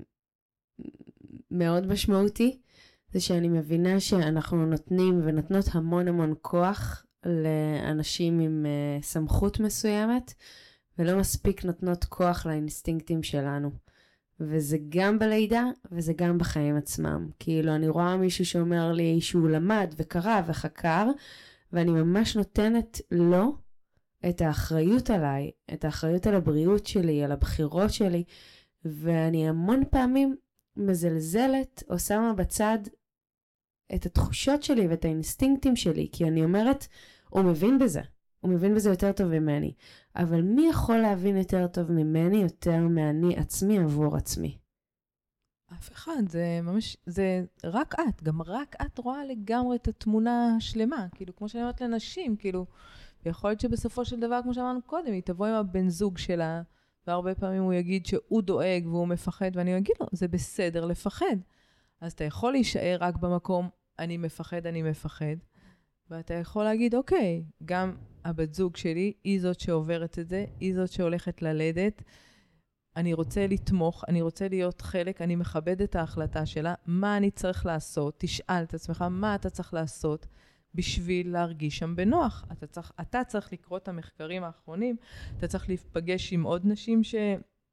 מאוד משמעותי, זה שאני מבינה שאנחנו נותנים ונותנות המון המון כוח לאנשים עם uh, סמכות מסוימת, ולא מספיק נותנות כוח לאינסטינקטים שלנו. וזה גם בלידה, וזה גם בחיים עצמם. כאילו, אני רואה מישהו שאומר לי שהוא למד וקרא וחקר, ואני ממש נותנת לו את האחריות עליי, את האחריות על הבריאות שלי, על הבחירות שלי, ואני המון פעמים מזלזלת או שמה בצד את התחושות שלי ואת האינסטינקטים שלי, כי אני אומרת, הוא מבין בזה. הוא מבין בזה יותר טוב ממני. אבל מי יכול להבין יותר טוב ממני, יותר מאני עצמי עבור עצמי? אף אחד, זה ממש, זה רק את, גם רק את רואה לגמרי את התמונה השלמה, כאילו, כמו שאני אומרת לנשים, כאילו, יכול להיות שבסופו של דבר, כמו שאמרנו קודם, היא תבוא עם הבן זוג שלה, והרבה פעמים הוא יגיד שהוא דואג והוא מפחד, ואני אגיד לו, זה בסדר לפחד. אז אתה יכול להישאר רק במקום, אני מפחד, אני מפחד, ואתה יכול להגיד, אוקיי, גם הבת זוג שלי היא זאת שעוברת את זה, היא זאת שהולכת ללדת, אני רוצה לתמוך, אני רוצה להיות חלק, אני מכבד את ההחלטה שלה, מה אני צריך לעשות, תשאל את עצמך מה אתה צריך לעשות בשביל להרגיש שם בנוח. אתה צריך, אתה צריך לקרוא את המחקרים האחרונים, אתה צריך להיפגש עם עוד נשים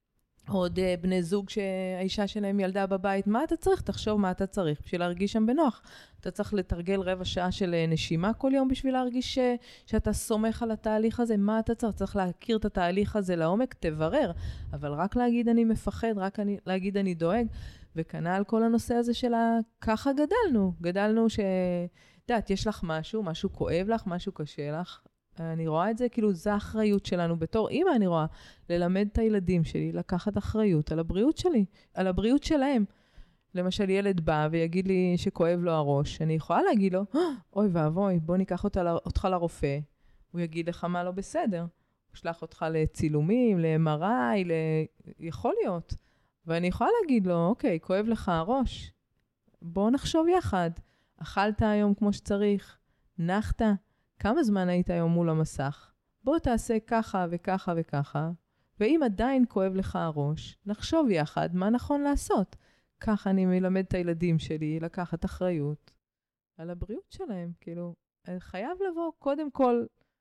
עוד uh, בני זוג שהאישה שלהם ילדה בבית, מה אתה צריך? תחשוב מה אתה צריך בשביל להרגיש שם בנוח. אתה צריך לתרגל רבע שעה של uh, נשימה כל יום בשביל להרגיש uh, שאתה סומך על התהליך הזה. מה אתה צריך? צריך להכיר את התהליך הזה לעומק, תברר. אבל רק להגיד אני מפחד, רק אני, להגיד אני דואג. וכנ"ל כל הנושא הזה של ככה גדלנו. גדלנו ש... דעת, יש לך משהו, משהו כואב לך, משהו קשה לך. אני רואה את זה, כאילו, זו האחריות שלנו. בתור אמא אני רואה, ללמד את הילדים שלי, לקחת אחריות על הבריאות שלי, על הבריאות שלהם. למשל, ילד בא ויגיד לי שכואב לו הראש. אני יכולה להגיד לו, אוי ואבוי, בוא ניקח אותה, אותך לרופא. הוא יגיד לך מה לא בסדר. הוא שלח אותך לצילומים, ל-אם אר איי, ל... יכול להיות. ואני יכולה להגיד לו, אוקיי, כואב לך הראש. בוא נחשוב יחד. אכלת היום כמו שצריך, נחת. כמה זמן היית היום מול המסך? בוא תעשה ככה וככה וככה, ואם עדיין כואב לך הראש, נחשוב יחד מה נכון לעשות. ככה אני מלמד את הילדים שלי לקחת אחריות על הבריאות שלהם. כאילו, חייב לבוא קודם כל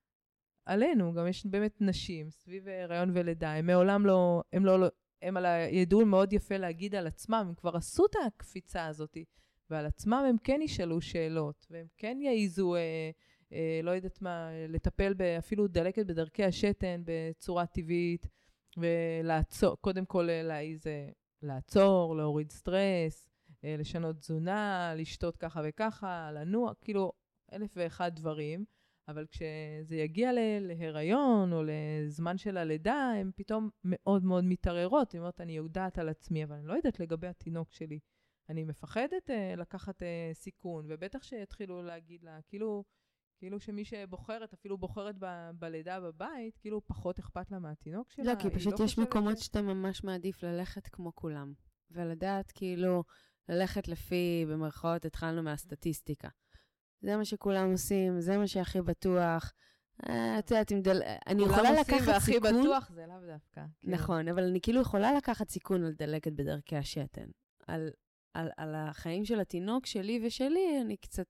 עלינו. גם יש באמת נשים סביב הריון ולידה, הם מעולם לא, הם לא, הם על הידעו מאוד יפה להגיד על עצמם, הם כבר עשו את הקפיצה הזאת, ועל עצמם הם כן ישאלו שאלות, והם כן יעיזו... אה, אה, לא יודעת מה, לטפל אפילו דלקת בדרכי השתן בצורה טבעית, ולעצור, קודם כל להעיז לעצור, להוריד סטרס, אה, לשנות תזונה, לשתות ככה וככה, לנוע, כאילו אלף ואחד דברים, אבל כשזה יגיע להיריון או לזמן של הלידה, הן פתאום מאוד מאוד מתערערות. זאת אומרת, אני יודעת על עצמי, אבל אני לא יודעת לגבי התינוק שלי. אני מפחדת אה, לקחת אה, סיכון, ובטח שיתחילו להגיד לה, כאילו, כאילו שמי שבוחרת, אפילו בוחרת ב- בלידה בבית, כאילו פחות אכפת לה מהתינוק שלה. לא, כי פשוט לא יש מקומות ש... שאתה ממש מעדיף ללכת כמו כולם. ולדעת כאילו, ללכת לפי, במרכאות, התחלנו מהסטטיסטיקה. זה מה שכולם עושים, זה מה שהכי בטוח. את יודעת, אני יכולה לקחת סיכון. כולם עושים והכי בטוח, זה לאו דווקא. נכון, אבל אני כאילו יכולה לקחת סיכון על דלקת בדרכי השתן. על, על, על החיים של התינוק שלי ושלי, אני קצת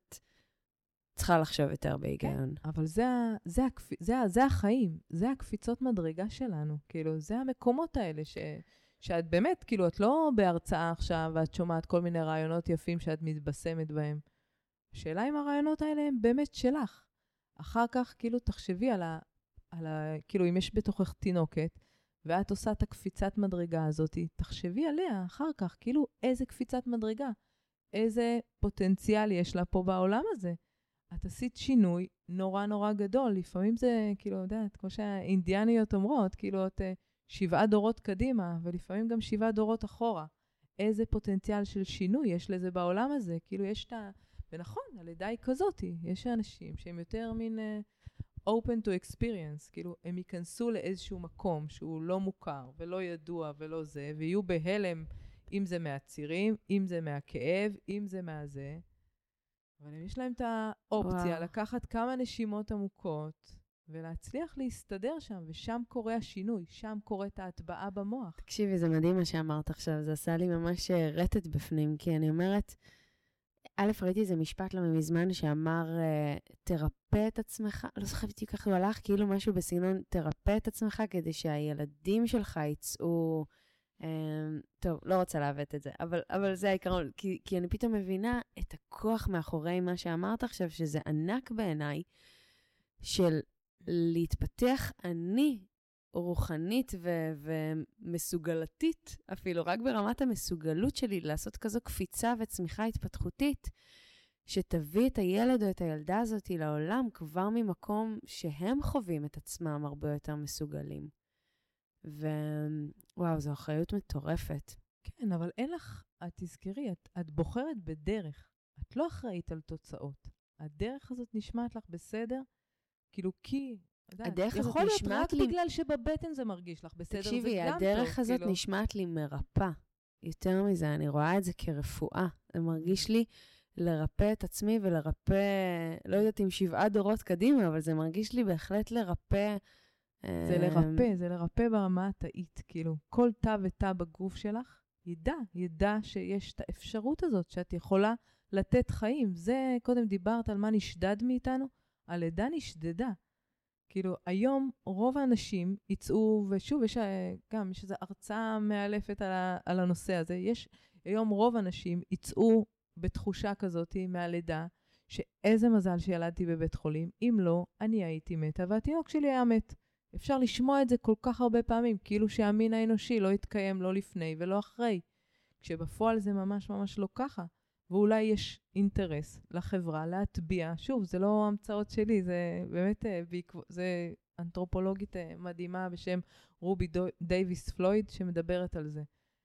צריכה לחשוב יותר בהיגיון. אבל זה, זה, זה, זה החיים, זה הקפיצות מדרגה שלנו. כאילו, זה המקומות האלה ש, שאת באמת, כאילו, את לא בהרצאה עכשיו, ואת שומעת כל מיני רעיונות יפים שאת מתבשמת בהם. השאלה אם הרעיונות האלה הם באמת שלך. אחר כך, כאילו, תחשבי על ה... על ה כאילו, אם יש בתוכך תינוקת, ואת עושה את הקפיצת מדרגה הזאת, תחשבי עליה אחר כך, כאילו, איזה קפיצת מדרגה, איזה פוטנציאל יש לה פה בעולם הזה. את עשית שינוי נורא נורא גדול. לפעמים זה, כאילו, יודעת, כמו שהאינדיאניות אומרות, כאילו, את שבעה דורות קדימה, ולפעמים גם שבעה דורות אחורה. איזה פוטנציאל של שינוי יש לזה בעולם הזה. כאילו, יש את ה... ונכון, הלידה היא כזאת. יש אנשים שהם יותר מין uh, open to experience. כאילו, הם ייכנסו לאיזשהו מקום שהוא לא מוכר ולא ידוע ולא זה, ויהיו בהלם, אם זה מהצירים, אם זה מהכאב, אם זה מהזה. אבל אם יש להם את האופציה וואו. לקחת כמה נשימות עמוקות, ולהצליח להסתדר שם, ושם קורה השינוי, שם קורית ההטבעה במוח. תקשיבי, זה מדהים מה שאמרת עכשיו, זה עשה לי ממש רטט בפנים, כי אני אומרת, א', ראיתי איזה משפט לא מזמן שאמר, תרפא את עצמך, לא זוכרת בדיוק איך הוא הלך, כאילו משהו בסגנון, תרפא את עצמך כדי שהילדים שלך יצאו, טוב, לא רוצה להבט את זה, אבל, אבל זה העיקרון, כי, כי אני פתאום מבינה את הכוח מאחורי מה שאמרת עכשיו, שזה ענק בעיניי, של להתפתח אני רוחנית ו- ומסוגלתית, אפילו רק ברמת המסוגלות שלי, לעשות כזו קפיצה וצמיחה התפתחותית, שתביא את הילד או את הילדה הזאת לעולם כבר ממקום שהם חווים את עצמם הרבה יותר מסוגלים. ווואו, זו אחריות מטורפת. כן, אבל אין לך, את תזכרי, את, את בוחרת בדרך. את לא אחראית על תוצאות. הדרך הזאת נשמעת לך בסדר, כאילו כי, הדרך הזאת יכול להיות נשמעת רק לי... בגלל שבבטן זה מרגיש לך בסדר, תקשיבי, זה גם טוב. תקשיבי, הדרך הזאת כאילו... נשמעת לי מרפא. יותר מזה, אני רואה את זה כרפואה. זה מרגיש לי לרפא את עצמי ולרפא, לא יודעת אם שבעה דורות קדימה, אבל זה מרגיש לי בהחלט לרפא... זה לרפא, זה לרפא ברמה התאית, כאילו, כל תא ותא בגוף שלך, ידע, ידע שיש את האפשרות הזאת, שאת יכולה לתת חיים. זה, קודם דיברת על מה נשדד מאיתנו, הלידה נשדדה. כאילו, היום רוב האנשים יצאו, ושוב, יש גם, יש איזו הרצאה מאלפת על, ה, על הנושא הזה. יש, היום רוב האנשים יצאו בתחושה כזאת מהלידה, שאיזה מזל שילדתי בבית חולים, אם לא, אני הייתי מתה, והתינוק שלי היה מת. אפשר לשמוע את זה כל כך הרבה פעמים, כאילו שהמין האנושי לא יתקיים לא לפני ולא אחרי. כשבפועל זה ממש ממש לא ככה. ואולי יש אינטרס לחברה להטביע, שוב, זה לא המצאות שלי, זה באמת, זה אנתרופולוגית מדהימה בשם רובי דייוויס פלויד, שמדברת על זה.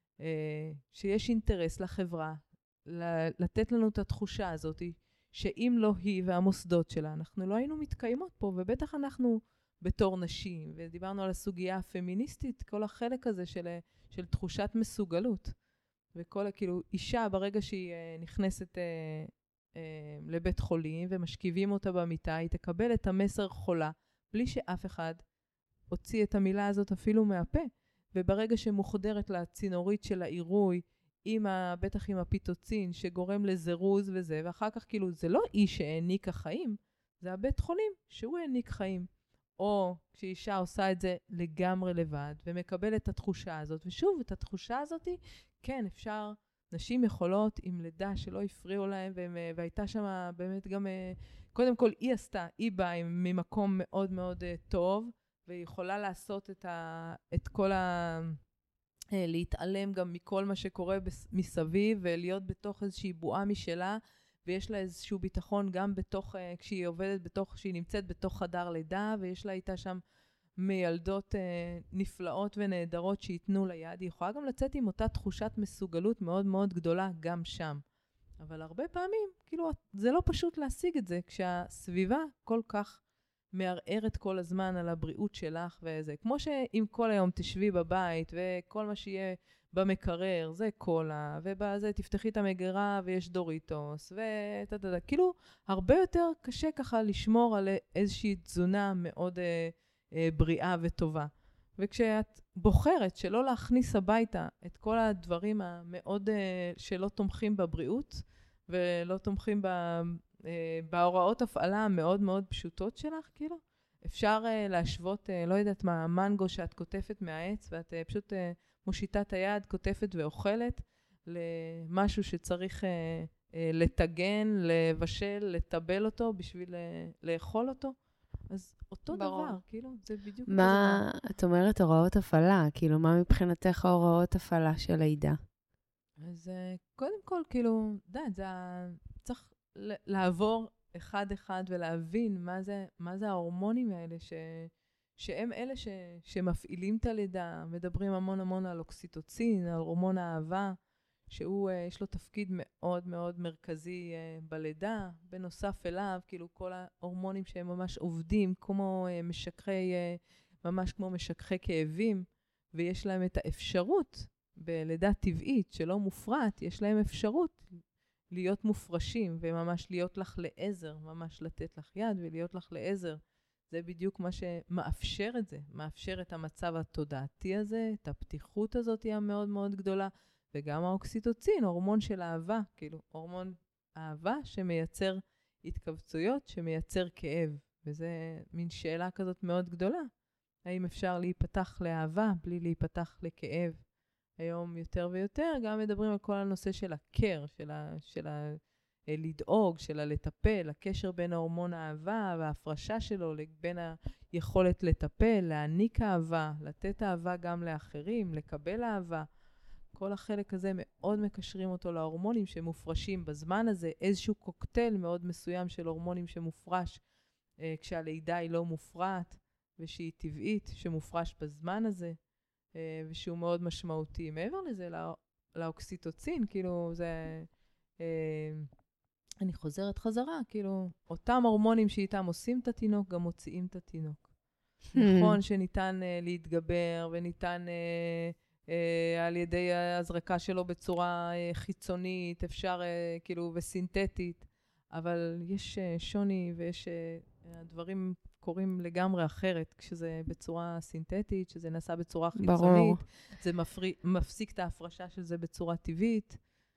שיש אינטרס לחברה לתת לנו את התחושה הזאת, שאם לא היא והמוסדות שלה, אנחנו לא היינו מתקיימות פה, ובטח אנחנו בתור נשים, ודיברנו על הסוגיה הפמיניסטית, כל החלק הזה של, של תחושת מסוגלות. וכל, כאילו, אישה ברגע שהיא אה, נכנסת אה, אה, לבית חולים ומשכיבים אותה במיטה, היא תקבל את המסר חולה, בלי שאף אחד הוציא את המילה הזאת אפילו מהפה. וברגע שמוחדרת לצינורית של העירוי, עם ה, בטח עם הפיטוצין, שגורם לזירוז וזה, ואחר כך כאילו, זה לא איש שהעניק החיים, זה הבית חולים שהוא העניק חיים. או כשאישה עושה את זה לגמרי לבד, ומקבלת את התחושה הזאת, ושוב, את התחושה הזאת, כן, אפשר, נשים יכולות עם לידה שלא הפריעו להם, והייתה שם באמת גם, קודם כל היא עשתה, היא באה ממקום מאוד מאוד טוב, והיא יכולה לעשות את, ה, את כל ה... להתעלם גם מכל מה שקורה מסביב, ולהיות בתוך איזושהי בועה משלה, ויש לה איזשהו ביטחון גם בתוך, כשהיא עובדת בתוך, כשהיא נמצאת בתוך חדר לידה, ויש לה איתה שם מילדות אה, נפלאות ונהדרות שיתנו ליד. היא יכולה גם לצאת עם אותה תחושת מסוגלות מאוד מאוד גדולה גם שם. אבל הרבה פעמים, כאילו, זה לא פשוט להשיג את זה, כשהסביבה כל כך מערערת כל הזמן על הבריאות שלך וזה. כמו שאם כל היום תשבי בבית, וכל מה שיהיה במקרר, זה קולה, ובזה תפתחי את המגרה ויש דוריטוס, ותתתת. כאילו, הרבה יותר קשה ככה לשמור על איזושהי תזונה מאוד אה, אה, בריאה וטובה. וכשאת בוחרת שלא להכניס הביתה את כל הדברים המאוד אה, שלא תומכים בבריאות, ולא תומכים ב, אה, בהוראות הפעלה המאוד מאוד פשוטות שלך, כאילו, אפשר אה, להשוות, אה, לא יודעת מה, מנגו שאת כותפת מהעץ, ואת אה, פשוט אה, מושיטה את היד, כותפת ואוכלת, למשהו שצריך אה, אה, לתגן, לבשל, לטבל אותו בשביל אה, לאכול אותו. אז אותו ברור. דבר, כאילו, זה בדיוק אותו דבר. מה, את אומרת הוראות הפעלה? כאילו, מה מבחינתך ההוראות הפעלה של לידה? אז uh, קודם כל, כאילו, די, זה צריך לעבור אחד-אחד ולהבין מה זה, מה זה ההורמונים האלה, ש, שהם אלה ש, שמפעילים את הלידה. מדברים המון המון על אוקסיטוצין, על הורמון האהבה, שהוא, uh, יש לו תפקיד מאוד מאוד מרכזי uh, בלידה. בנוסף אליו, כאילו, כל ההורמונים שהם ממש עובדים, כמו uh, משככי, uh, ממש כמו משככי כאבים, ויש להם את האפשרות, בלידה טבעית שלא מופרט, יש להם אפשרות להיות מופרשים, וממש להיות לך לעזר, ממש לתת לך יד ולהיות לך לעזר. זה בדיוק מה שמאפשר את זה, מאפשר את המצב התודעתי הזה, את הפתיחות הזאת היא המאוד מאוד גדולה, וגם האוקסיטוצין, הורמון של אהבה, כאילו הורמון אהבה שמייצר התכווצויות, שמייצר כאב, וזה מין שאלה כזאת מאוד גדולה. האם אפשר להיפתח לאהבה בלי להיפתח לכאב? היום יותר ויותר גם מדברים על כל הנושא של הקר, של ה, של ה, לדאוג, של הלטפל, הקשר בין ההורמון האהבה וההפרשה שלו, בין היכולת לטפל, להעניק אהבה, לתת אהבה גם לאחרים, לקבל אהבה. כל החלק הזה מאוד מקשרים אותו להורמונים שמופרשים בזמן הזה, איזשהו קוקטייל מאוד מסוים של הורמונים שמופרש אה, כשהלידה היא לא מופרעת ושהיא טבעית, שמופרש בזמן הזה. ושהוא מאוד משמעותי. מעבר לזה, לא, לאוקסיטוצין, כאילו, זה... אה, אני חוזרת חזרה, כאילו, אותם הורמונים שאיתם עושים את התינוק, גם מוציאים את התינוק. נכון שניתן אה, להתגבר, וניתן אה, אה, על ידי הזרקה שלו בצורה אה, חיצונית, אפשר, אה, כאילו, וסינתטית, אבל יש אה, שוני, ויש אה, הדברים... קוראים לגמרי אחרת, כשזה בצורה סינתטית, שזה נעשה בצורה חיצונית. ברור. זה מפרי, מפסיק את ההפרשה של זה בצורה טבעית.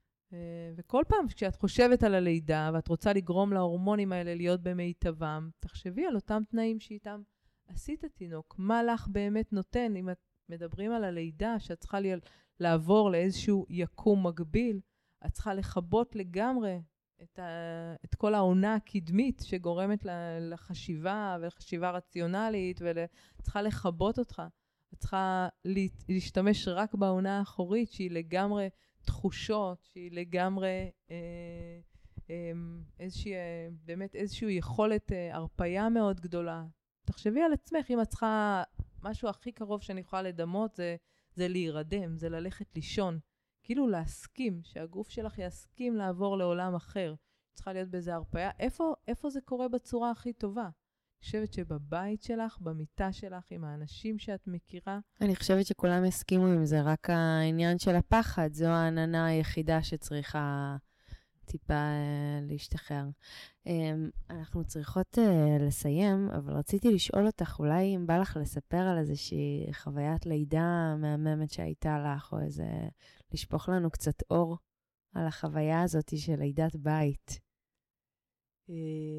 וכל פעם כשאת חושבת על הלידה, ואת רוצה לגרום להורמונים האלה להיות במיטבם, תחשבי על אותם תנאים שאיתם עשית תינוק, מה לך באמת נותן? אם את מדברים על הלידה, שאת צריכה לי, לעבור לאיזשהו יקום מקביל, את צריכה לחבות לגמרי את, ה, את כל העונה הקדמית שגורמת לחשיבה ולחשיבה רציונלית, וצריכה לחבות אותך. את צריכה להשתמש רק בעונה האחורית, שהיא לגמרי תחושות, שהיא לגמרי אה, אה, איזושהי, אה, באמת איזושהי יכולת אה, הרפיה מאוד גדולה. תחשבי על עצמך, אם את צריכה, משהו הכי קרוב שאני יכולה לדמות, זה, זה להירדם, זה ללכת לישון. כאילו להסכים, שהגוף שלך יסכים לעבור לעולם אחר. צריכה להיות באיזה הרפיה. איפה, איפה זה קורה בצורה הכי טובה? אני חושבת שבבית שלך, במיטה שלך, עם האנשים שאת מכירה. אני חושבת שכולם הסכימו עם זה, רק העניין של הפחד, זו העננה היחידה שצריכה טיפה אה, להשתחרר. אה, אנחנו צריכות אה, לסיים, אבל רציתי לשאול אותך, אולי אם בא לך לספר על איזושהי חוויית לידה מהממת שהייתה לך, או איזה, לשפוך לנו קצת אור על החוויה הזאת של לידת בית. אה...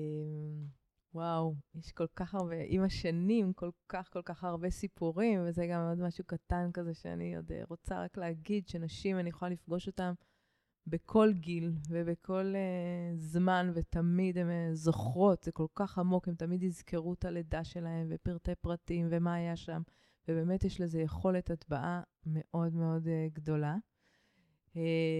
וואו, יש כל כך הרבה, עם השנים, כל כך כל כך הרבה סיפורים, וזה גם עוד משהו קטן כזה שאני עוד רוצה רק להגיד, שנשים, אני יכולה לפגוש אותם בכל גיל ובכל uh, זמן, ותמיד הן uh, זוכרות, זה כל כך עמוק, הם תמיד יזכרו את הלידה שלהם, ופרטי פרטים, ומה היה שם, ובאמת יש לזה יכולת הטבעה מאוד מאוד uh, גדולה. Uh,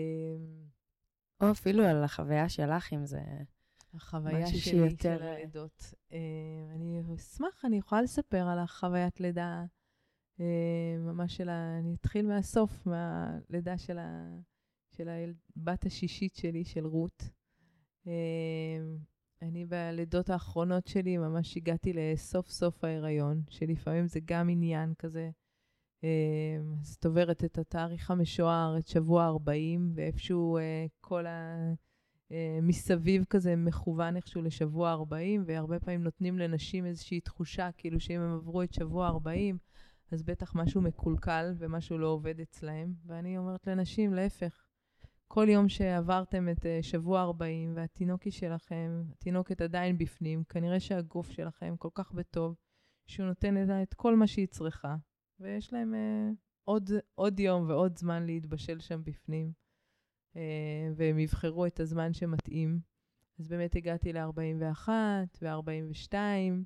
או אפילו על החוויה שלך, אם זה... החוויה שלי יותר... של הלידות. Uh, אני אשמח, אני יכולה לספר על החוויית לידה, uh, ממש של ה... אני אתחיל מהסוף, מהלידה של, ה... של הבת השישית שלי, של רות. Uh, אני בלידות האחרונות שלי ממש הגעתי לסוף סוף ההיריון, שלפעמים זה גם עניין כזה. Uh, אז את עוברת את התאריך המשוער, את שבוע ארבעים, ואיפשהו uh, כל ה... מסביב כזה מכוון איכשהו לשבוע ארבעים, והרבה פעמים נותנים לנשים איזושהי תחושה, כאילו שאם הם עברו את שבוע ארבעים, אז בטח משהו מקולקל ומשהו לא עובד אצלהם. ואני אומרת לנשים, להפך, כל יום שעברתם את שבוע ארבעים והתינוקי שלכם, התינוקת עדיין בפנים, כנראה שהגוף שלכם כל כך בטוב, שהוא נותן את כל מה שהיא צריכה, ויש להם אה, עוד, עוד יום ועוד זמן להתבשל שם בפנים. והם יבחרו את הזמן שמתאים. אז באמת הגעתי ל-ארבעים ואחת ו-ארבעים ושתיים,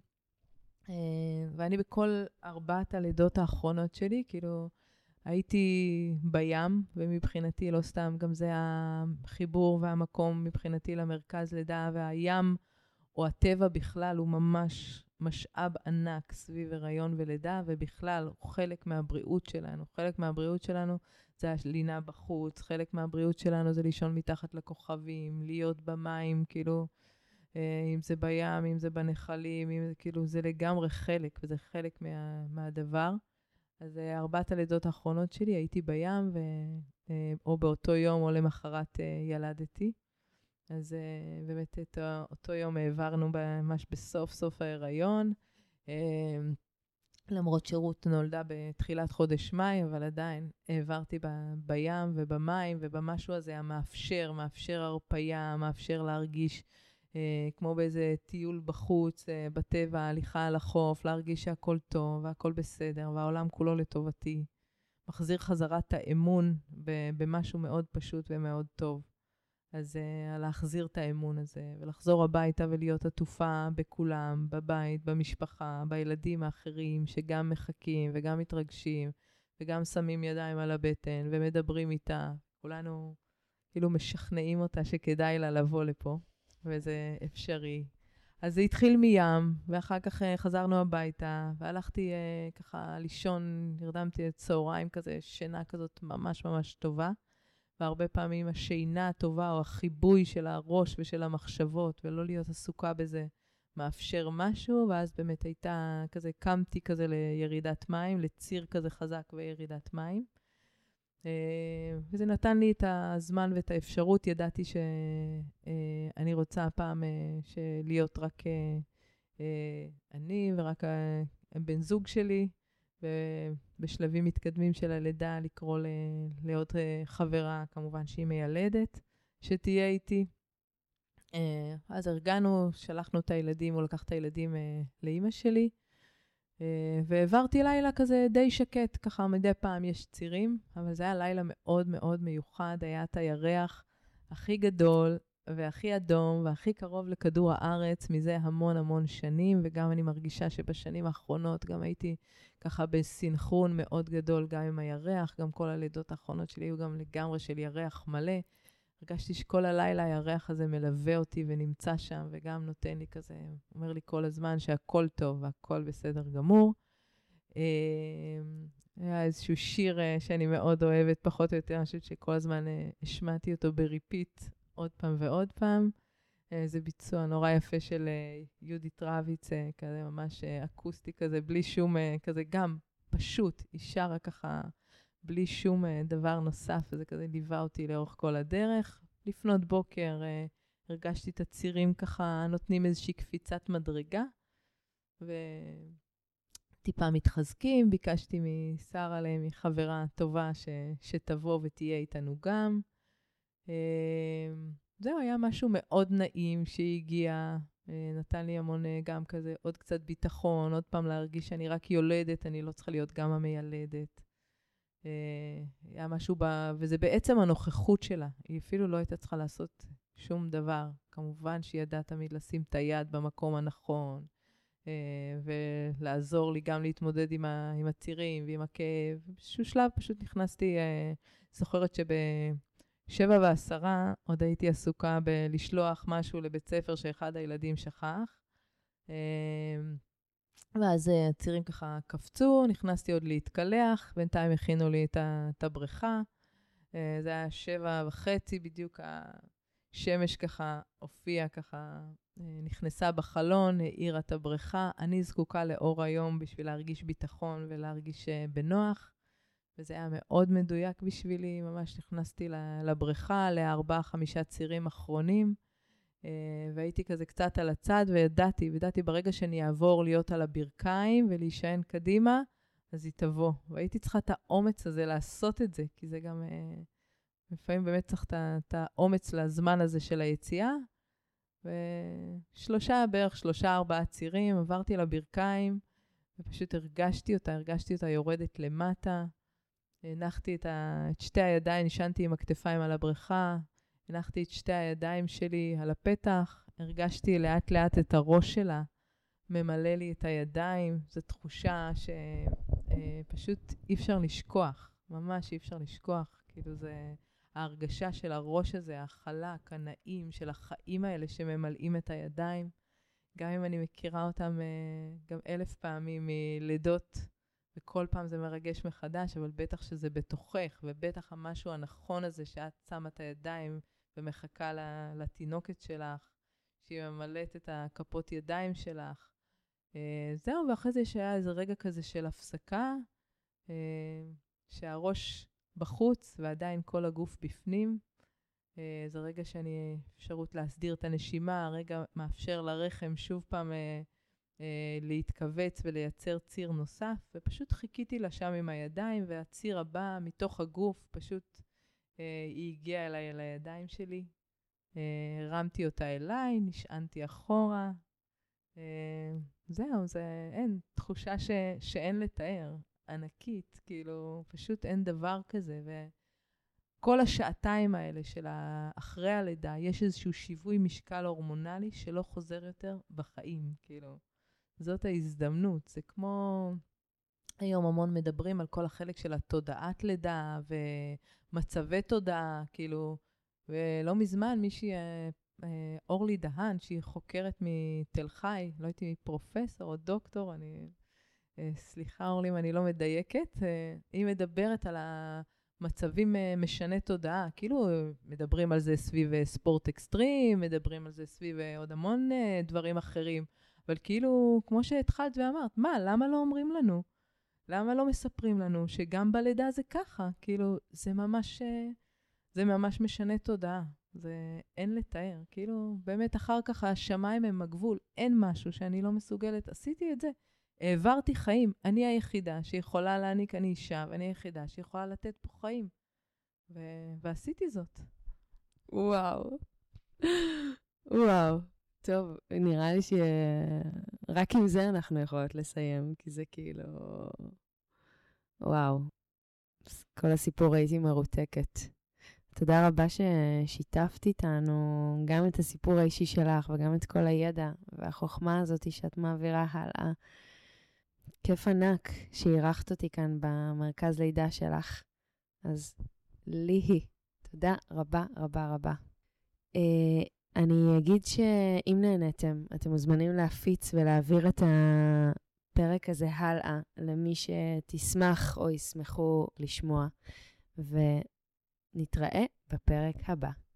ואני בכל ארבעת הלידות האחרונות שלי, כאילו הייתי בים, ומבחינתי לא סתם, גם זה החיבור והמקום מבחינתי למרכז לידה, והים או הטבע בכלל הוא ממש משאב ענק סביב הריון ולידה, ובכלל הוא חלק מהבריאות שלנו. חלק מהבריאות שלנו זה הלינה בחוץ, חלק מהבריאות שלנו זה לישון מתחת לכוכבים, להיות במים, כאילו, אה, אם זה בים, אם זה בנחלים, אם זה, כאילו, זה לגמרי חלק, וזה חלק מה, מהדבר. אז אה, ארבעת הלידות האחרונות שלי הייתי בים, ו, אה, או באותו יום או למחרת אה, ילדתי. אז אה, באמת את אותו יום העברנו ממש בסוף סוף ההיריון, אה, למרות שרות נולדה בתחילת חודש מאי, אבל עדיין העברתי ב- בים ובמים, ובמשהו הזה המאפשר, מאפשר הרפיה, מאפשר להרגיש אה, כמו באיזה טיול בחוץ, אה, בטבע, הליכה על החוף, להרגיש שהכל טוב והכל בסדר, והעולם כולו לטובתי. מחזיר חזרת האמון ב- במשהו מאוד פשוט ומאוד טוב. אז uh, להחזיר את האמון הזה, ולחזור הביתה ולהיות עטופה בכולם, בבית, במשפחה, בילדים האחרים שגם מחכים וגם מתרגשים, וגם שמים ידיים על הבטן ומדברים איתה. כולנו כאילו משכנעים אותה שכדאי לה לבוא לפה, וזה אפשרי. אז זה התחיל מים, ואחר כך uh, חזרנו הביתה, והלכתי uh, ככה לישון, נרדמתי את צהריים כזה, שינה כזאת ממש ממש טובה. והרבה פעמים השינה הטובה או החיבוי של הראש ושל המחשבות, ולא להיות עסוקה בזה, מאפשר משהו, ואז באמת הייתה כזה, קמתי כזה לירידת מים, לציר כזה חזק וירידת מים. וזה נתן לי את הזמן ואת האפשרות, ידעתי שאני רוצה הפעם להיות רק אני ורק הבן זוג שלי, ובשלבים מתקדמים של הלידה לקרוא ל- לעוד חברה, כמובן שהיא מיילדת, שתהיה איתי. אז הרגענו, שלחנו את הילדים, הוא לקח את הילדים לאמא שלי, והעברתי לילה כזה די שקט, ככה מדי פעם יש צירים, אבל זה היה לילה מאוד מאוד מיוחד, היה את הירח הכי גדול והכי אדום והכי קרוב לכדור הארץ מזה המון המון שנים, וגם אני מרגישה שבשנים האחרונות גם הייתי ככה בסינכרון מאוד גדול גם עם הירח, גם כל הלידות האחרונות שלי היו גם לגמרי של ירח מלא. הרגשתי שכל הלילה הירח הזה מלווה אותי ונמצא שם, וגם נותן לי כזה, אומר לי כל הזמן שהכל טוב והכל בסדר גמור. היה איזשהו שיר שאני מאוד אוהבת, פחות או יותר, אני חושבת שכל הזמן השמעתי אותו בריפיט עוד פעם ועוד פעם. זה ביצוע נורא יפה של יהודית רביץ, כזה ממש אקוסטי כזה, בלי שום, כזה גם פשוט, היא שרה ככה, בלי שום דבר נוסף, וזה כזה ליווה אותי לאורך כל הדרך. לפנות בוקר הרגשתי את הצירים ככה, נותנים איזושהי קפיצת מדרגה, וטיפה מתחזקים, ביקשתי משרה להם, מחברה טובה ש... שתבוא ותהיה איתנו גם. זהו, היה משהו מאוד נעים שהגיע, נתן לי המון גם כזה, עוד קצת ביטחון, עוד פעם להרגיש שאני רק יולדת, אני לא צריכה להיות גם המיילדת. היה משהו, ב... וזה בעצם הנוכחות שלה, היא אפילו לא הייתה צריכה לעשות שום דבר. כמובן שהיא ידעה תמיד לשים את היד במקום הנכון, ולעזור לי גם להתמודד עם, ה... עם הצירים ועם הכאב. בשביל שלב פשוט נכנסתי, זוכרת שבשבע ועשרה עוד הייתי עסוקה בלשלוח משהו לבית ספר שאחד הילדים שכח. ואז הצירים ככה קפצו, נכנסתי עוד להתקלח, בינתיים הכינו לי את הבריכה. זה היה שבע וחצי, בדיוק השמש ככה הופיעה, ככה נכנסה בחלון, העירה את הבריכה. אני זקוקה לאור היום בשביל להרגיש ביטחון ולהרגיש בנוח, וזה היה מאוד מדויק בשבילי. ממש נכנסתי לבריכה, לארבעה, חמישה צירים אחרונים, והייתי כזה קצת על הצד, וידעתי, וידעתי ברגע שאני אעבור להיות על הברכיים ולהישען קדימה, אז היא תבוא. והייתי צריכה את האומץ הזה לעשות את זה, כי זה גם, לפעמים באמת צריך את האומץ לזמן הזה של היציאה. ושלושה, בערך שלושה, ארבעה צירים, עברתי על הברכיים, ופשוט הרגשתי אותה, הרגשתי אותה יורדת למטה. הנחתי את, ה... את שתי הידיים, נשענתי עם הכתפיים על הבריכה, הנחתי את שתי הידיים שלי על הפתח, הרגשתי לאט לאט את הראש שלה, ממלא לי את הידיים. זו תחושה שפשוט אי אפשר לשכוח, ממש אי אפשר לשכוח. כאילו זה ההרגשה של הראש הזה, החלק, הנעים של החיים האלה שממלאים את הידיים. גם אם אני מכירה אותם גם אלף פעמים מלידות, וכל פעם זה מרגש מחדש, אבל בטח שזה בתוכך, ובטח המשהו הנכון הזה שאת שמה את הידיים ומחכה לתינוקת שלך, שהיא ממלאת את הכפות ידיים שלך. זהו, ואחרי זה שהיה איזה רגע כזה של הפסקה, שהראש בחוץ ועדיין כל הגוף בפנים. זה רגע שאני אפשרות להסדיר את הנשימה, הרגע מאפשר לרחם שוב פעם להתכווץ ולייצר ציר נוסף, ופשוט חיכיתי לה שם עם הידיים, והציר הבא מתוך הגוף, פשוט היא הגיעה אליי אל הידיים שלי, הרמתי אותה אליי, נשענתי אחורה. זהו, זה אין, תחושה ש, שאין לתאר, ענקית, כאילו פשוט אין דבר כזה. וכל השעתיים האלה של אחרי הלידה, יש איזשהו שיווי משקל הורמונלי שלא חוזר יותר בחיים, כאילו. זאת ההזדמנות. זה כמו, היום המון מדברים על כל החלק של התודעת לידה ומצבי תודעה, כאילו, ולא מזמן מישהי, אורלי דהן, שהיא חוקרת מתל חי, לא הייתי פרופסור או דוקטור, אני, סליחה אורלי אם אני לא מדייקת, היא מדברת על המצבים משני תודעה, כאילו מדברים על זה סביב ספורט אקסטרים, מדברים על זה סביב עוד המון דברים אחרים, אבל כאילו, כמו שהתחלת ואמרת, מה, למה לא אומרים לנו? למה לא מספרים לנו שגם בלידה זה ככה? כאילו, זה ממש, זה ממש משנה תודעה. זה אין לתאר. כאילו, באמת אחר כך השמיים הם הגבול. אין משהו שאני לא מסוגלת. עשיתי את זה. העברתי חיים. אני היחידה שיכולה להעניק, אני אישה, ואני היחידה שיכולה לתת פה חיים. ו- ועשיתי זאת. וואו. וואו. טוב, נראה לי שרק עם זה אנחנו יכולות לסיים, כי זה כאילו... וואו. כל הסיפור הייתי מרותקת. תודה רבה ששיתפת איתנו גם את הסיפור האישי שלך וגם את כל הידע והחוכמה הזאת שאת מעבירה הלאה. כיף ענק שאירחת אותי כאן במרכז לידה שלך. אז לי, תודה רבה רבה רבה. Uh, אני אגיד שאם נהנתם, אתם מוזמנים להפיץ ולהעביר את הפרק הזה הלאה למי שתשמח או ישמחו לשמוע. ונתראה בפרק הבא.